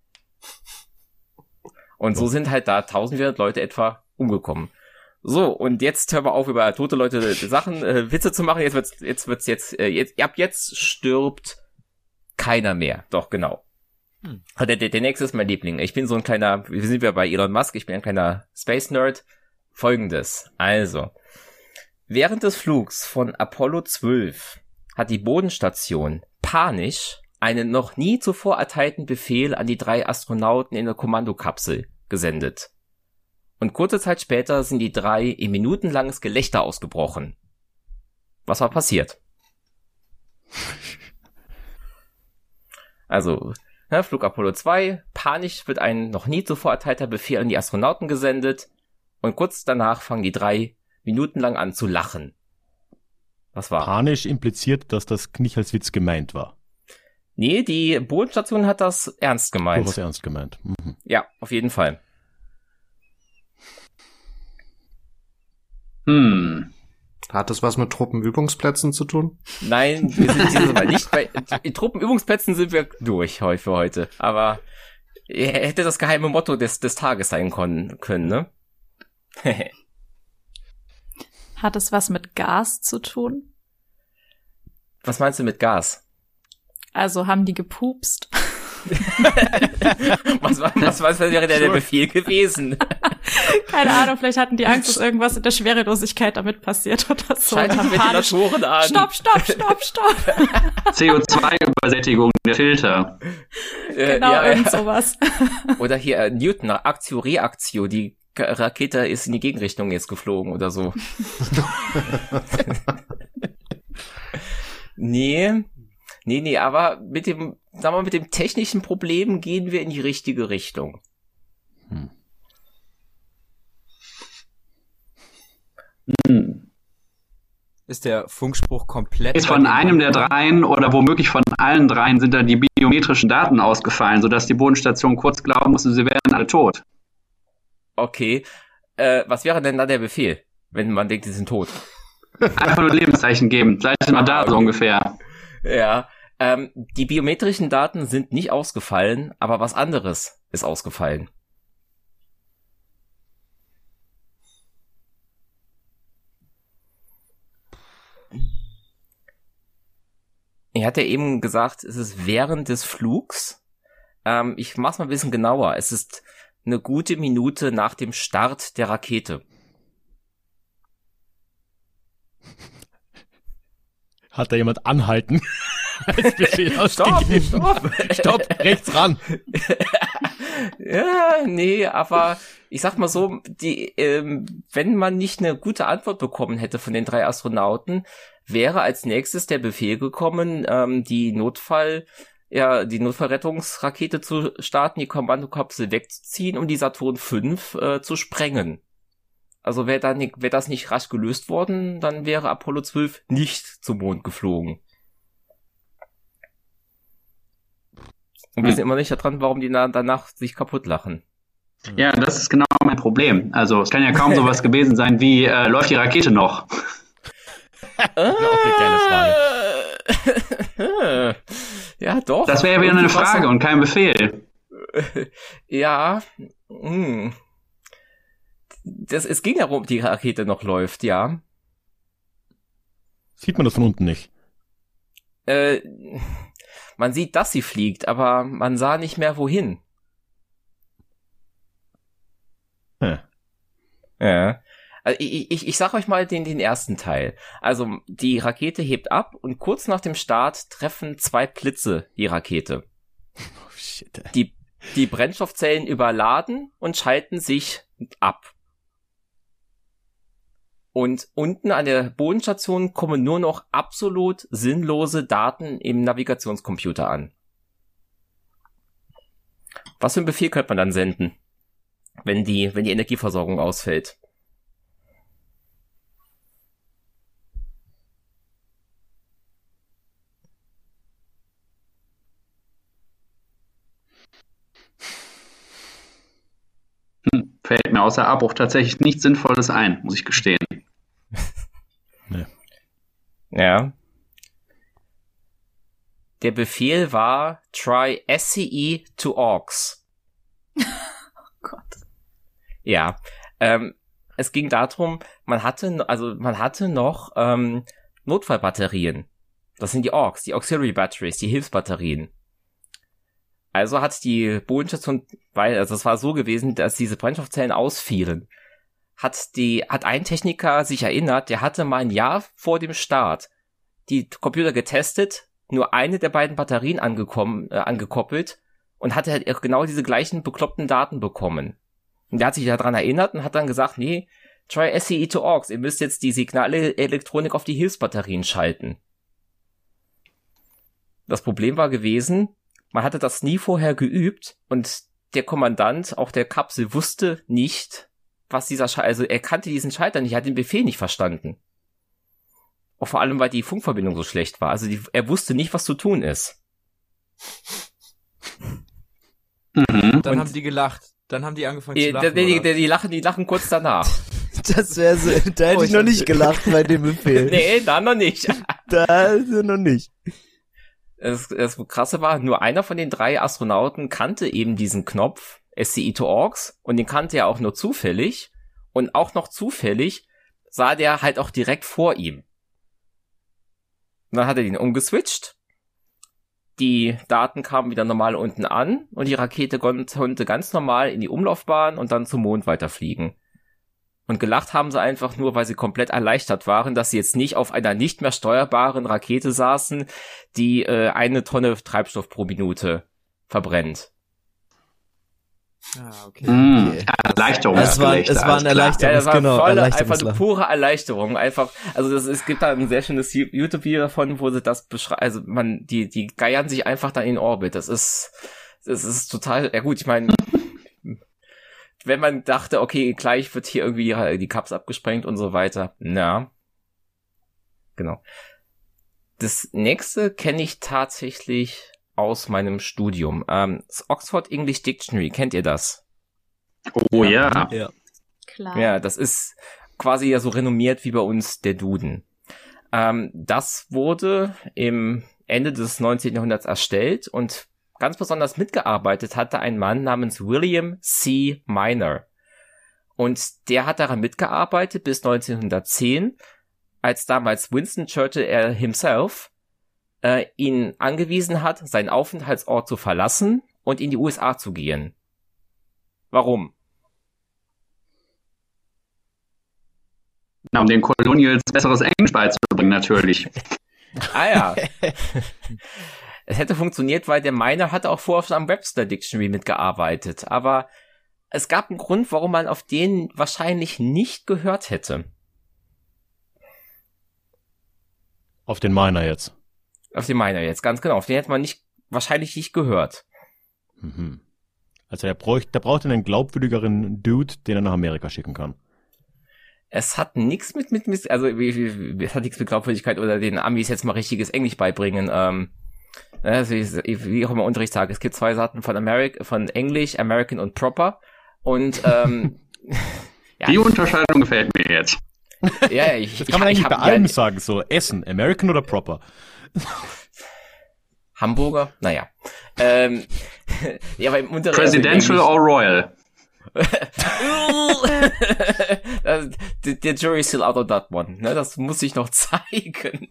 Und so sind halt da 1400 Leute etwa umgekommen. So, und jetzt hören wir auf, über tote Leute Witze zu machen. Ab jetzt stirbt keiner mehr. Doch, genau. Der nächste ist mein Liebling. Ich bin so ein kleiner, wir sind ja bei Elon Musk, ich bin ein kleiner Space-Nerd. Folgendes. Also, während des Flugs von Apollo 12 hat die Bodenstation panisch einen noch nie zuvor erteilten Befehl an die 3 Astronauten in der Kommandokapsel gesendet. Und kurze Zeit später sind die 3 in minutenlanges Gelächter ausgebrochen. Was war passiert? Also, Flug Apollo 2, panisch wird ein noch nie zuvor erteilter Befehl an die Astronauten gesendet und kurz danach fangen die 3 minutenlang an zu lachen. Was war? Panisch impliziert, dass das nicht als Witz gemeint war. Nee, die Bodenstation hat das ernst gemeint. Durchaus ernst gemeint. Ja, auf jeden Fall. Hat das was mit Truppenübungsplätzen zu tun? Nein, wir sind dieses Mal nicht bei Truppenübungsplätzen sind wir durch für heute. Aber hätte das geheime Motto des Tages sein können, ne? Hat es was mit Gas zu tun? Was meinst du mit Gas? Also haben die gepupst? Was wäre der Befehl gewesen? Keine Ahnung, vielleicht hatten die Angst, dass irgendwas in der Schwerelosigkeit damit passiert oder so. Schaltet die Ventilatoren an. Stopp. CO2-Übersättigung der Filter. Genau, irgend sowas. Oder hier Newton, Aktio, Reaktio, die Rakete ist in die Gegenrichtung jetzt geflogen oder so. Nee, aber mit dem technischen Problem gehen wir in die richtige Richtung. Ist der Funkspruch komplett... Ist von einem der dreien oder womöglich von allen dreien sind da die biometrischen Daten ausgefallen, sodass die Bodenstation kurz glauben musste, sie wären alle tot. Okay, was wäre denn da der Befehl, wenn man denkt, sie sind tot? Einfach nur Lebenszeichen geben, seid ihr mal da, so ungefähr. Ja, die biometrischen Daten sind nicht ausgefallen, aber was anderes ist ausgefallen. Ich hatte eben gesagt, es ist während des Flugs. Ich mach's mal ein bisschen genauer. Es ist eine gute Minute nach dem Start der Rakete. Hat da jemand anhalten? Stopp, rechts ran. Ja, nee, aber ich sag mal so, wenn man nicht eine gute Antwort bekommen hätte von den 3 Astronauten, wäre als nächstes der Befehl gekommen, die Notfallrettungsrakete zu starten, die Kommandokapsel wegzuziehen, um die Saturn V zu sprengen. Also wäre das nicht rasch gelöst worden, dann wäre Apollo 12 nicht zum Mond geflogen. Und wir sind immer nicht dran, warum die danach sich kaputt lachen. Ja, das ist genau mein Problem. Also es kann ja kaum sowas gewesen sein wie, läuft die Rakete noch? Auch eine kleine Frage. Ja, doch. Das wäre ja wieder eine Frage und kein Befehl. Ja. Es ging ja rum, ob die Rakete noch läuft, ja. Sieht man das von unten nicht? Man sieht, dass sie fliegt, aber man sah nicht mehr wohin. Ja. Also ich sag euch mal den ersten Teil. Also die Rakete hebt ab und kurz nach dem Start treffen 2 Blitze die Rakete. Oh, shit. Die Brennstoffzellen überladen und schalten sich ab. Und unten an der Bodenstation kommen nur noch absolut sinnlose Daten im Navigationscomputer an. Was für einen Befehl könnte man dann senden, wenn die Energieversorgung ausfällt? Fällt mir außer Abbruch tatsächlich nichts Sinnvolles ein, muss ich gestehen. Nee. Ja. Der Befehl war Try SCE to AUX. Oh Gott. Ja. Es ging darum, man hatte noch Notfallbatterien. Das sind die AUX, die Auxiliary Batteries, die Hilfsbatterien. Also hat die Bodenstation, es war so gewesen, dass diese Brennstoffzellen ausfielen. Hat ein Techniker sich erinnert, der hatte mal ein Jahr vor dem Start die Computer getestet, nur eine der beiden Batterien angekoppelt und hatte halt genau diese gleichen bekloppten Daten bekommen. Und der hat sich daran erinnert und hat dann gesagt, nee, try SCE to AUX, ihr müsst jetzt die Signalelektronik auf die Hilfsbatterien schalten. Das Problem war gewesen, man hatte das nie vorher geübt und der Kommandant, auch der Kapsel, wusste nicht, was dieser also er kannte diesen Schalter nicht, er hat den Befehl nicht verstanden. Auch vor allem, weil die Funkverbindung so schlecht war. Also er wusste nicht, was zu tun ist. Dann haben die gelacht. Dann haben die angefangen zu lachen. Die lachen kurz danach. Das wäre so, da hätte ich noch nicht gelacht bei dem Befehl. Nee, da noch nicht. Da noch nicht. Das Krasse war, nur einer von den 3 Astronauten kannte eben diesen Knopf SCE to AUX und den kannte er auch nur zufällig und auch noch zufällig sah der halt auch direkt vor ihm. Und dann hat er den umgeswitcht die Daten kamen wieder normal unten an und die Rakete konnte ganz normal in die Umlaufbahn und dann zum Mond weiterfliegen. Und gelacht haben sie einfach nur, weil sie komplett erleichtert waren, dass sie jetzt nicht auf einer nicht mehr steuerbaren Rakete saßen, die 1 Tonne Treibstoff pro Minute verbrennt. Okay. Erleichterung. Es war ein Erleichterungs, Ja, das war genau, voll, einfach eine Erleichterungslachen. pure Erleichterung. Einfach, also es gibt da ein sehr schönes YouTube-Video davon, wo sie das beschreiben. Also die geiern sich einfach da in Orbit. Das ist total, ja gut, ich meine, wenn man dachte, okay, gleich wird hier irgendwie die Cups abgesprengt und so weiter. Na. Genau. Das nächste kenne ich tatsächlich aus meinem Studium. Das Oxford English Dictionary, kennt ihr das? Oh ja. Ja. Klar. Ja, das ist quasi ja so renommiert wie bei uns der Duden. Das wurde im Ende des 19. Jahrhunderts erstellt und ganz besonders mitgearbeitet hatte ein Mann namens William C. Minor. Und der hat daran mitgearbeitet bis 1910, als damals Winston Churchill himself ihn angewiesen hat, seinen Aufenthaltsort zu verlassen und in die USA zu gehen. Warum? Um den Colonials besseres Englisch beizubringen, natürlich. Ah ja. Es hätte funktioniert, weil der Miner hatte auch vorher schon am Webster Dictionary mitgearbeitet. Aber es gab einen Grund, warum man auf den wahrscheinlich nicht gehört hätte. Auf den Miner jetzt. Auf den Miner jetzt, ganz genau. Auf den hätte man wahrscheinlich nicht gehört. Mhm. Also der braucht einen glaubwürdigeren Dude, den er nach Amerika schicken kann. Es hat nichts es hat nichts mit Glaubwürdigkeit oder den Amis jetzt mal richtiges Englisch beibringen. Also wie auch immer Unterricht sagt, es gibt 2 Sorten von Englisch, American und Proper. Und ja, Die Unterscheidung gefällt mir jetzt. Ja, Das kann man eigentlich bei allem sagen, so Essen, American oder Proper. Hamburger? Naja. Ja, aber im Unterricht. Presidential or Royal? Der jury is still out on that one. Ne, das muss ich noch zeigen.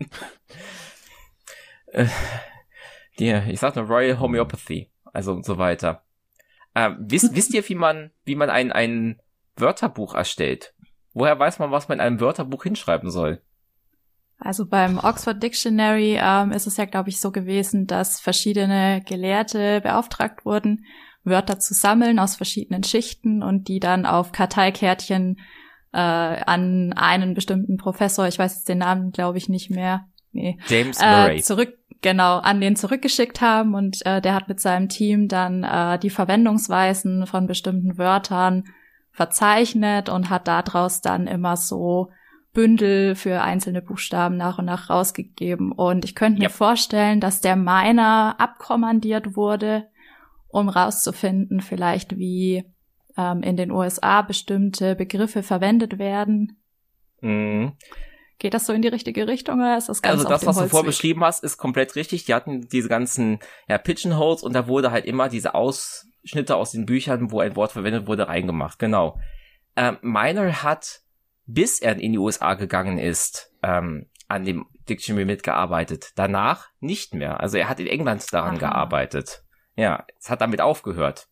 Ich sag nur Royal Homeopathy. Also und so weiter. Wisst ihr, wie man ein Wörterbuch erstellt? Woher weiß man, was man in einem Wörterbuch hinschreiben soll? Also beim Oxford Dictionary ist es ja, glaube ich, so gewesen, dass verschiedene Gelehrte beauftragt wurden, Wörter zu sammeln aus verschiedenen Schichten und die dann auf Karteikärtchen an einen bestimmten Professor, ich weiß jetzt den Namen, glaube ich, nicht mehr, James Murray. an den zurückgeschickt haben und der hat mit seinem Team dann die Verwendungsweisen von bestimmten Wörtern verzeichnet und hat daraus dann immer so Bündel für einzelne Buchstaben nach und nach rausgegeben. Und ich könnte mir vorstellen, dass der Miner abkommandiert wurde, um rauszufinden, vielleicht wie in den USA bestimmte Begriffe verwendet werden. Mhm. Geht das so in die richtige Richtung oder ist das ganz Also auf das, dem was du Holzweg? vorher beschrieben hast, ist komplett richtig. Die hatten diese ganzen Pigeonholes und da wurde halt immer diese Ausschnitte aus den Büchern, wo ein Wort verwendet wurde, reingemacht. Genau. Minor hat, bis er in die USA gegangen ist, an dem Dictionary mitgearbeitet. Danach nicht mehr. Also er hat in England daran gearbeitet. Ja, es hat damit aufgehört.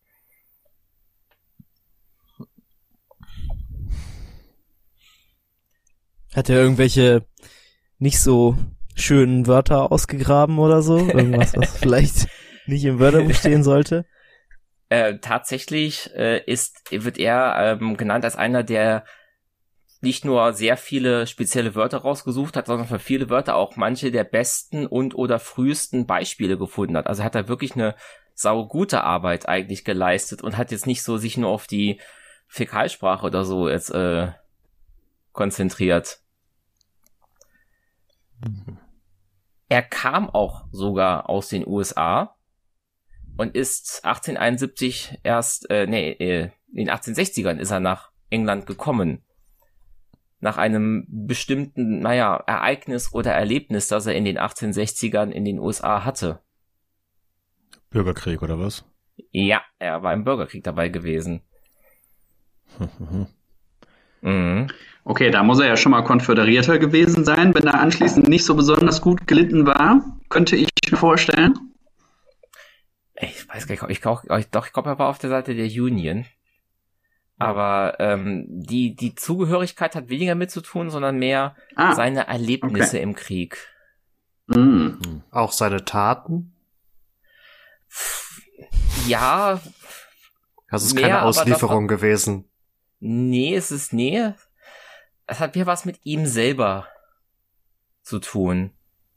Hat er irgendwelche nicht so schönen Wörter ausgegraben oder so? Irgendwas, was vielleicht nicht im Wörterbuch stehen sollte? Tatsächlich wird er genannt als einer, der nicht nur sehr viele spezielle Wörter rausgesucht hat, sondern für viele Wörter auch manche der besten und oder frühesten Beispiele gefunden hat. Also hat er wirklich eine saugute Arbeit eigentlich geleistet und hat jetzt nicht so sich nur auf die Fäkalsprache oder so jetzt konzentriert. Er kam auch sogar aus den USA und ist 1871 in den 1860ern ist er nach England gekommen. Nach einem bestimmten, Ereignis oder Erlebnis, das er in den 1860ern in den USA hatte. Bürgerkrieg oder was? Ja, er war im Bürgerkrieg dabei gewesen. Mhm. Okay, da muss er ja schon mal Konföderierter gewesen sein, wenn er anschließend nicht so besonders gut gelitten war, könnte ich mir vorstellen. weiß gar nicht, ich glaube, er war auf der Seite der Union. Aber die Zugehörigkeit hat weniger mit zu tun, sondern mehr seine Erlebnisse im Krieg. Auch seine Taten? Ja. Das ist keine Auslieferung gewesen. Nee. Es hat mehr was mit ihm selber zu tun.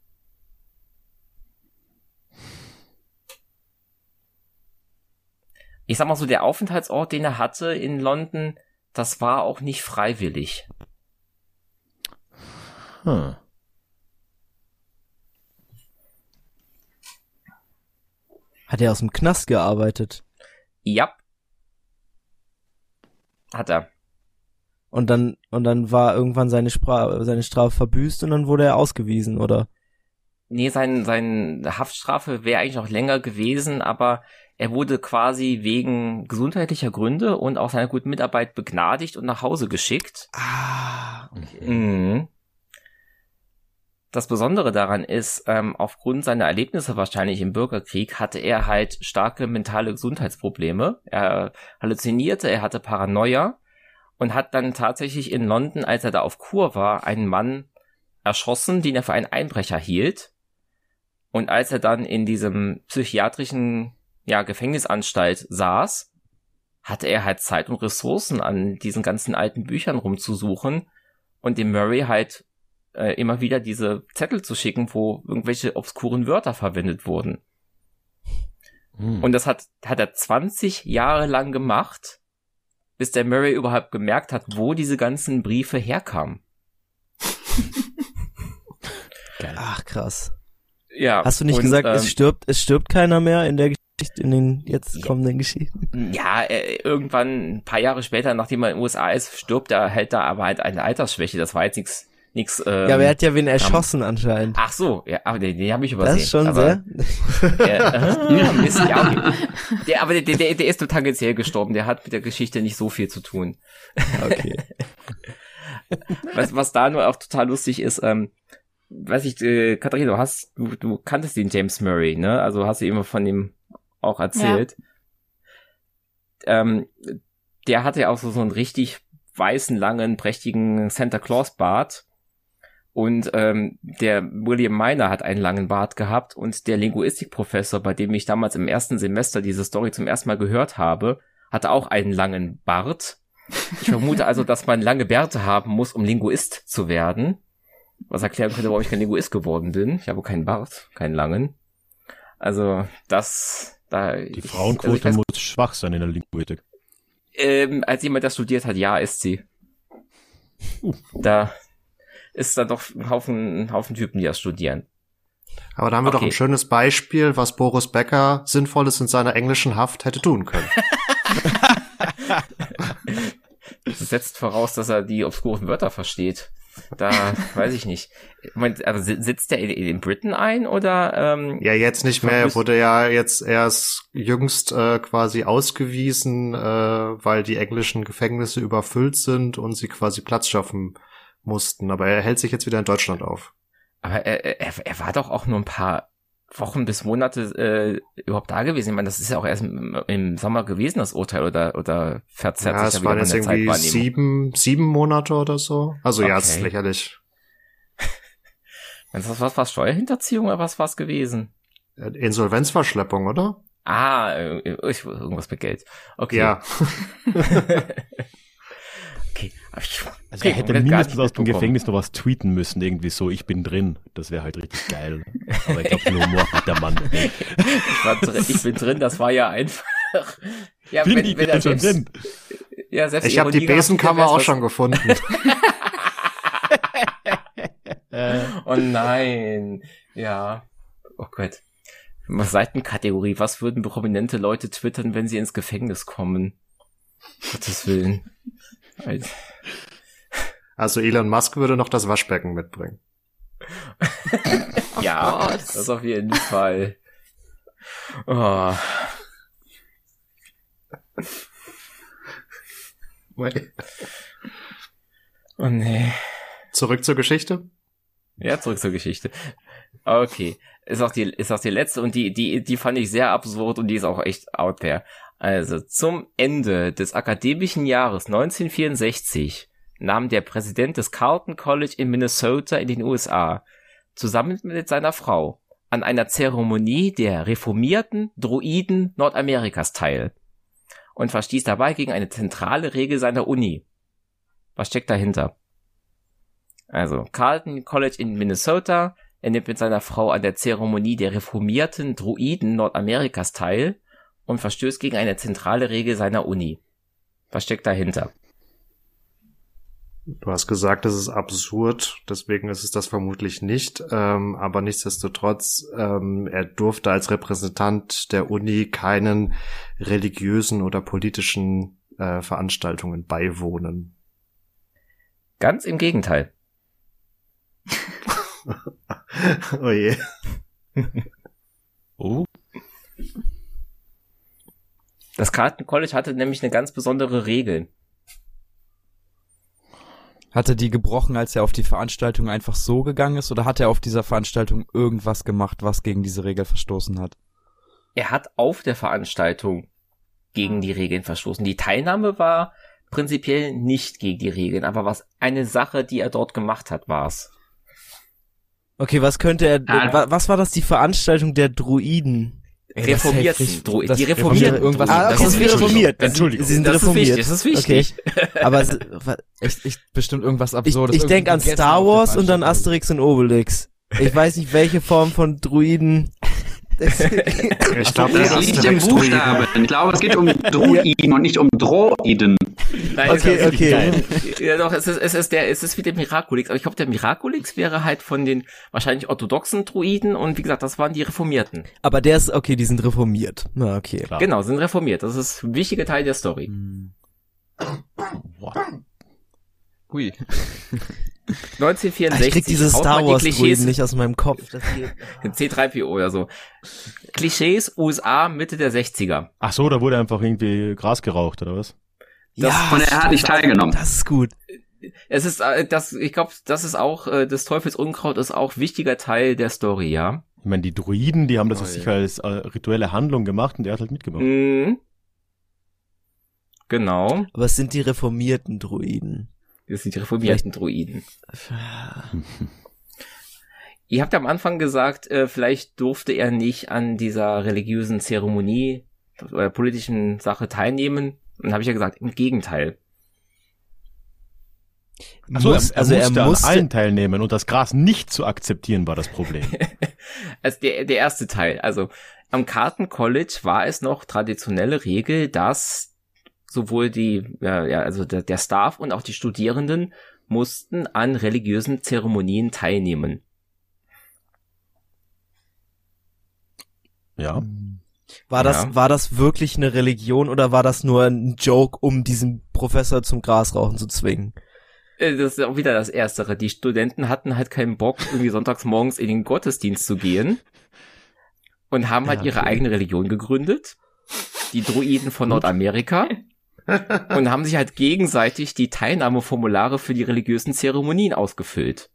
Ich sag mal so, der Aufenthaltsort, den er hatte in London, das war auch nicht freiwillig. Hat er aus dem Knast gearbeitet? Ja. Hat er. Und dann war irgendwann seine Strafe verbüßt und dann wurde er ausgewiesen, oder? Nee, seine Haftstrafe wäre eigentlich noch länger gewesen, aber er wurde quasi wegen gesundheitlicher Gründe und auch seiner guten Mitarbeit begnadigt und nach Hause geschickt. Okay. Das Besondere daran ist, aufgrund seiner Erlebnisse wahrscheinlich im Bürgerkrieg hatte er halt starke mentale Gesundheitsprobleme. Er halluzinierte, er hatte Paranoia und hat dann tatsächlich in London, als er da auf Kur war, einen Mann erschossen, den er für einen Einbrecher hielt. Und als er dann in diesem psychiatrischen Gefängnisanstalt saß, hatte er halt Zeit und Ressourcen, an diesen ganzen alten Büchern rumzusuchen und dem Murray halt immer wieder diese Zettel zu schicken, wo irgendwelche obskuren Wörter verwendet wurden. Und das hat er 20 Jahre lang gemacht, bis der Murray überhaupt gemerkt hat, wo diese ganzen Briefe herkamen. Geil. Ach, krass. Ja. Hast du nicht gesagt, es stirbt keiner mehr in der Geschichte, in den jetzt kommenden Geschichten? Ja, irgendwann, ein paar Jahre später, nachdem er in den USA ist, stirbt er halt da aber halt eine Altersschwäche. Das war jetzt nichts. Ja, aber er hat ja wen erschossen anscheinend. Ach so, ja, aber den habe ich übersehen. Das ist schon aber, sehr. Mist, ja, okay. Der ist nur tangentiell gestorben. Der hat mit der Geschichte nicht so viel zu tun. Okay. Was da nur auch total lustig ist, weiß ich, Katharina, du kanntest den James Murray, ne? Also hast du immer von ihm auch erzählt. Ja. Der hatte ja auch so einen richtig weißen, langen, prächtigen Santa Claus Bart. Und der William Minor hat einen langen Bart gehabt und der Linguistikprofessor, bei dem ich damals im ersten Semester diese Story zum ersten Mal gehört habe, hatte auch einen langen Bart. Ich vermute also, dass man lange Bärte haben muss, um Linguist zu werden. Was erklären könnte, warum ich kein Linguist geworden bin. Ich habe keinen Bart, keinen langen. Also die Frauenquote muss schwach sein in der Linguistik. Als jemand, der studiert hat, ja, ist sie. Da ist da doch ein Haufen Typen, die das studieren. Aber da haben wir doch ein schönes Beispiel, was Boris Becker Sinnvolles in seiner englischen Haft hätte tun können. Das setzt voraus, dass er die obskuren Wörter versteht. Da weiß ich nicht. Moment, aber sitzt der in Britain ein oder? Ja, jetzt nicht mehr. Er wurde ja jetzt erst jüngst quasi ausgewiesen, weil die englischen Gefängnisse überfüllt sind und sie quasi Platz schaffen mussten. Aber er hält sich jetzt wieder in Deutschland auf. Aber er war doch auch nur ein paar Wochen bis Monate überhaupt da gewesen. Ich meine, das ist ja auch erst im Sommer gewesen, das Urteil, oder verzerrt ja, sich ja wieder von der Zeitwahrnehmung. Es waren irgendwie 7 Monate oder so. Also ja, es ist lächerlich. Das was Steuerhinterziehung oder was war's gewesen? Insolvenzverschleppung, oder? Irgendwas mit Geld. Okay. Ja. Okay. Also er hätte mindestens aus dem Gefängnis noch was tweeten müssen, irgendwie so, ich bin drin. Das wäre halt richtig geil. Aber ich glaube, den Humor hat der Mann. Ich bin drin, das war ja einfach. Ja, bin ich denn schon drin? Ja, selbst ich habe die Besenkammer auch schon gefunden. Oh nein. Ja. Oh Gott. Seitenkategorie. Was würden prominente Leute twittern, wenn sie ins Gefängnis kommen? Gottes Willen. Also Elon Musk würde noch das Waschbecken mitbringen. Ja, das auf jeden Fall. Oh. Oh nee. Zurück zur Geschichte? Ja, zurück zur Geschichte. Okay. ist auch die letzte und die fand ich sehr absurd und die ist auch echt out there. Also, zum Ende des akademischen Jahres 1964 nahm der Präsident des Carleton College in Minnesota in den USA zusammen mit seiner Frau an einer Zeremonie der reformierten Druiden Nordamerikas teil und verstieß dabei gegen eine zentrale Regel seiner Uni. Was steckt dahinter? Also, Carleton College in Minnesota, er nimmt mit seiner Frau an der Zeremonie der reformierten Druiden Nordamerikas teil und verstößt gegen eine zentrale Regel seiner Uni. Was steckt dahinter? Du hast gesagt, das ist absurd, deswegen ist es das vermutlich nicht, aber nichtsdestotrotz, er durfte als Repräsentant der Uni keinen religiösen oder politischen Veranstaltungen beiwohnen. Ganz im Gegenteil. Oh je. Oh. Das Carleton College hatte nämlich eine ganz besondere Regel. Hat er die gebrochen, als er auf die Veranstaltung einfach so gegangen ist, oder hat er auf dieser Veranstaltung irgendwas gemacht, was gegen diese Regel verstoßen hat? Er hat auf der Veranstaltung gegen die Regeln verstoßen. Die Teilnahme war prinzipiell nicht gegen die Regeln, aber was eine Sache, die er dort gemacht hat, war's. Okay, was könnte er, was war das, die Veranstaltung der Druiden? Reformierten Druiden. Die reformieren reformierten irgendwas. Druiden. Okay, Das ist sie reformiert. Entschuldigung. Sie sind Das ist reformiert. wichtig, das ist wichtig. Okay. Aber Echt bestimmt irgendwas Absurdes. ich denke an Irgendein Star Gegessen auf Wars der und dann Veranstaltung. Asterix und Obelix. Ich weiß nicht, welche Form von Druiden. Ich glaube, Das liegt im Buchstaben. Ich glaube, es geht um Druiden und nicht um Droiden. Nein, Okay. Ja, doch, es ist wie der Miraculix. Aber ich glaube, der Miraculix wäre halt von den wahrscheinlich orthodoxen Druiden und wie gesagt, das waren die Reformierten. Aber der ist, okay, die sind reformiert. Na, okay. Klar. Genau, sind reformiert. Das ist ein wichtiger Teil der Story. Wow. Hui. 1964. Ich krieg diese haut Star man die Wars Klischees, Druiden nicht aus meinem Kopf. Das geht. C3PO oder so. Klischees USA Mitte der 60er. Ach so, da wurde einfach irgendwie Gras geraucht, oder was? Und er hat nicht teilgenommen. Das ist gut. Es ist, ich glaube, das ist auch, des Teufels Unkraut ist auch wichtiger Teil der Story, ja. Ich meine, die Druiden, die haben das sicher als rituelle Handlung gemacht und er hat halt mitgemacht. Mhm. Genau. Aber es sind die reformierten Druiden. Das sind die reformierten Druiden. Ihr habt am Anfang gesagt, vielleicht durfte er nicht an dieser religiösen Zeremonie oder politischen Sache teilnehmen. Und dann habe ich ja gesagt, im Gegenteil. Achso, er musste an musste allen teilnehmen und das Gras nicht zu akzeptieren war das Problem. Also der erste Teil. Also am Carleton College war es noch traditionelle Regel, dass sowohl also der Staff und auch die Studierenden mussten an religiösen Zeremonien teilnehmen. Ja. War das wirklich eine Religion oder war das nur ein Joke, um diesen Professor zum Grasrauchen zu zwingen? Das ist auch wieder das Erstere. Die Studenten hatten halt keinen Bock, irgendwie sonntags morgens in den Gottesdienst zu gehen und haben halt ihre eigene Religion gegründet. Die Druiden von Nordamerika. Und haben sich halt gegenseitig die Teilnahmeformulare für die religiösen Zeremonien ausgefüllt.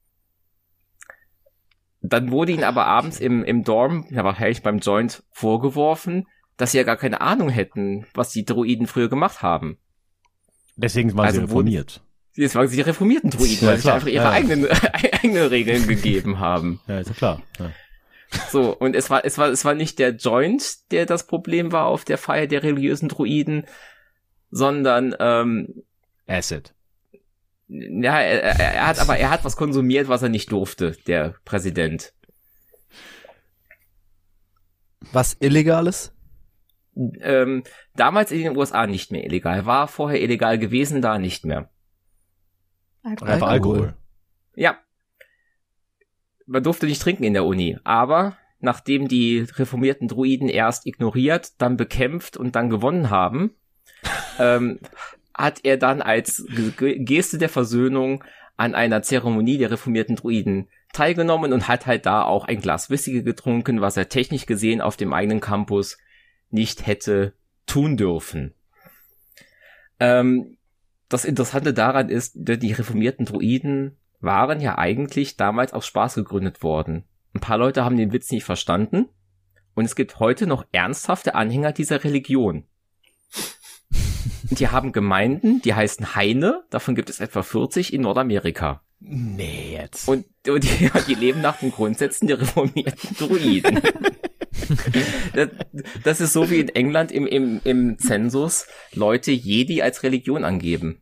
Dann wurde ihnen aber abends im Dorm, ja wahrscheinlich beim Joint, vorgeworfen, dass sie ja gar keine Ahnung hätten, was die Druiden früher gemacht haben. Deswegen waren sie Also reformiert. Jetzt waren sie die reformierten Druiden, weil sie klar. einfach ihre eigenen Regeln gegeben haben. Ja, ist ja klar. Ja. So, und es war nicht der Joint, der das Problem war auf der Feier der religiösen Druiden, sondern Acid. ja, er hat was konsumiert, was er nicht durfte, der Präsident. Was Illegales? Damals in den USA nicht mehr illegal, war vorher illegal gewesen, da nicht mehr. Einfach Alkohol. Ja. Man durfte nicht trinken in der Uni, aber nachdem die reformierten Druiden erst ignoriert, dann bekämpft und dann gewonnen haben, hat er dann als Geste der Versöhnung an einer Zeremonie der reformierten Druiden teilgenommen und hat halt da auch ein Glas Whisky getrunken, was er technisch gesehen auf dem eigenen Campus nicht hätte tun dürfen. Das Interessante daran ist, die reformierten Druiden waren ja eigentlich damals aus Spaß gegründet worden. ein paar Leute haben den Witz nicht verstanden und es gibt heute noch ernsthafte Anhänger dieser Religion. Die haben Gemeinden, die heißen Haine, davon gibt es etwa 40 in Nordamerika. Nee, jetzt. Und die leben nach den Grundsätzen der reformierten Druiden. Das ist so wie in England im Zensus Leute Jedi als Religion angeben.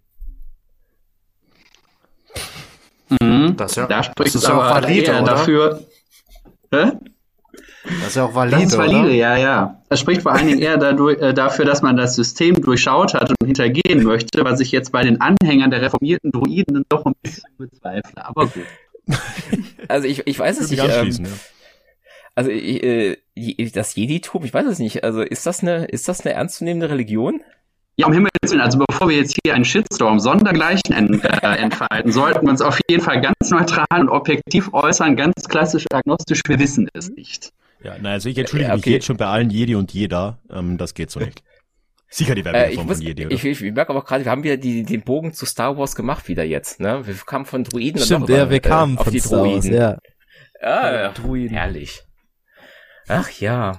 Das, ja, Da spricht das ist ja auch valide, eher oder? dafür. Hä? Das ist ja auch valide, Das ist valide, oder? ja. Das spricht vor allen Dingen eher dafür, dass man das System durchschaut hat und hintergehen möchte, was ich jetzt bei den Anhängern der reformierten Druiden doch ein bisschen bezweifle. Aber gut. Also ich weiß es nicht. Anschließen, ja. Also das Jeditum, ich weiß es nicht. Also ist das eine ernstzunehmende Religion? Ja, um Himmels Willen, also bevor wir jetzt hier einen Shitstorm sondergleichen entfalten, sollten wir uns auf jeden Fall ganz neutral und objektiv äußern, ganz klassisch agnostisch, wir wissen es nicht. Ja, na, also ich entschuldige mich okay. jetzt schon bei allen Jedi und Jeda. Das geht so nicht. Sicher die Werbeform von Jedi, oder? Ich merke aber gerade, wir haben wieder den Bogen zu Star Wars gemacht wieder jetzt, ne? Wir kamen von Druiden Stimmt, und doch wir kamen auf von die Star Wars, Druiden. ja. Druiden. Herrlich. Ach ja.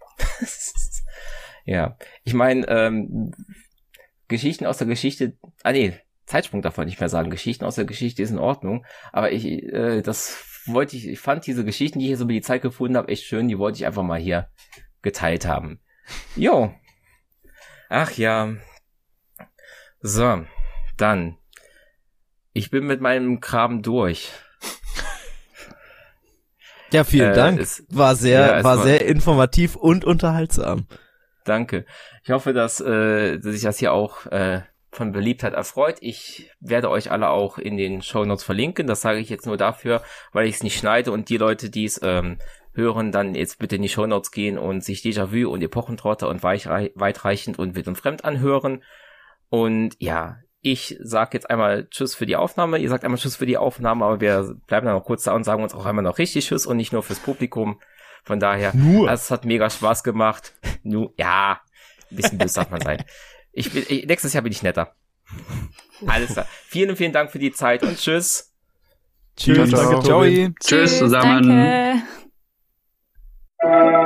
Ja. Ich meine, Geschichten aus der Geschichte, Zeitsprung darf man nicht mehr sagen. Geschichten aus der Geschichte ist in Ordnung. Aber ich fand diese Geschichten, die ich hier so über die Zeit gefunden habe, echt schön. Die wollte ich einfach mal hier geteilt haben. Jo. Ach ja. So. Dann. Ich bin mit meinem Kram durch. Ja, vielen Dank. War sehr informativ und unterhaltsam. Danke. Ich hoffe, dass sich das hier auch von Beliebtheit erfreut. Ich werde euch alle auch in den Shownotes verlinken. Das sage ich jetzt nur dafür, weil ich es nicht schneide und die Leute, die es hören, dann jetzt bitte in die Shownotes gehen und sich Déjà-vu und Epochentrotter und weitreichend und wild und fremd anhören. Und ja, ich sag jetzt einmal Tschüss für die Aufnahme. Ihr sagt einmal Tschüss für die Aufnahme, aber wir bleiben dann noch kurz da und sagen uns auch einmal noch richtig Tschüss und nicht nur fürs Publikum. Von daher, es hat mega Spaß gemacht. Ja, ein bisschen böse darf man sein. Nächstes Jahr bin ich netter. Alles klar. Vielen, vielen Dank für die Zeit und tschüss. Tschüss. Ciao. Ciao. Tschüss zusammen. Danke.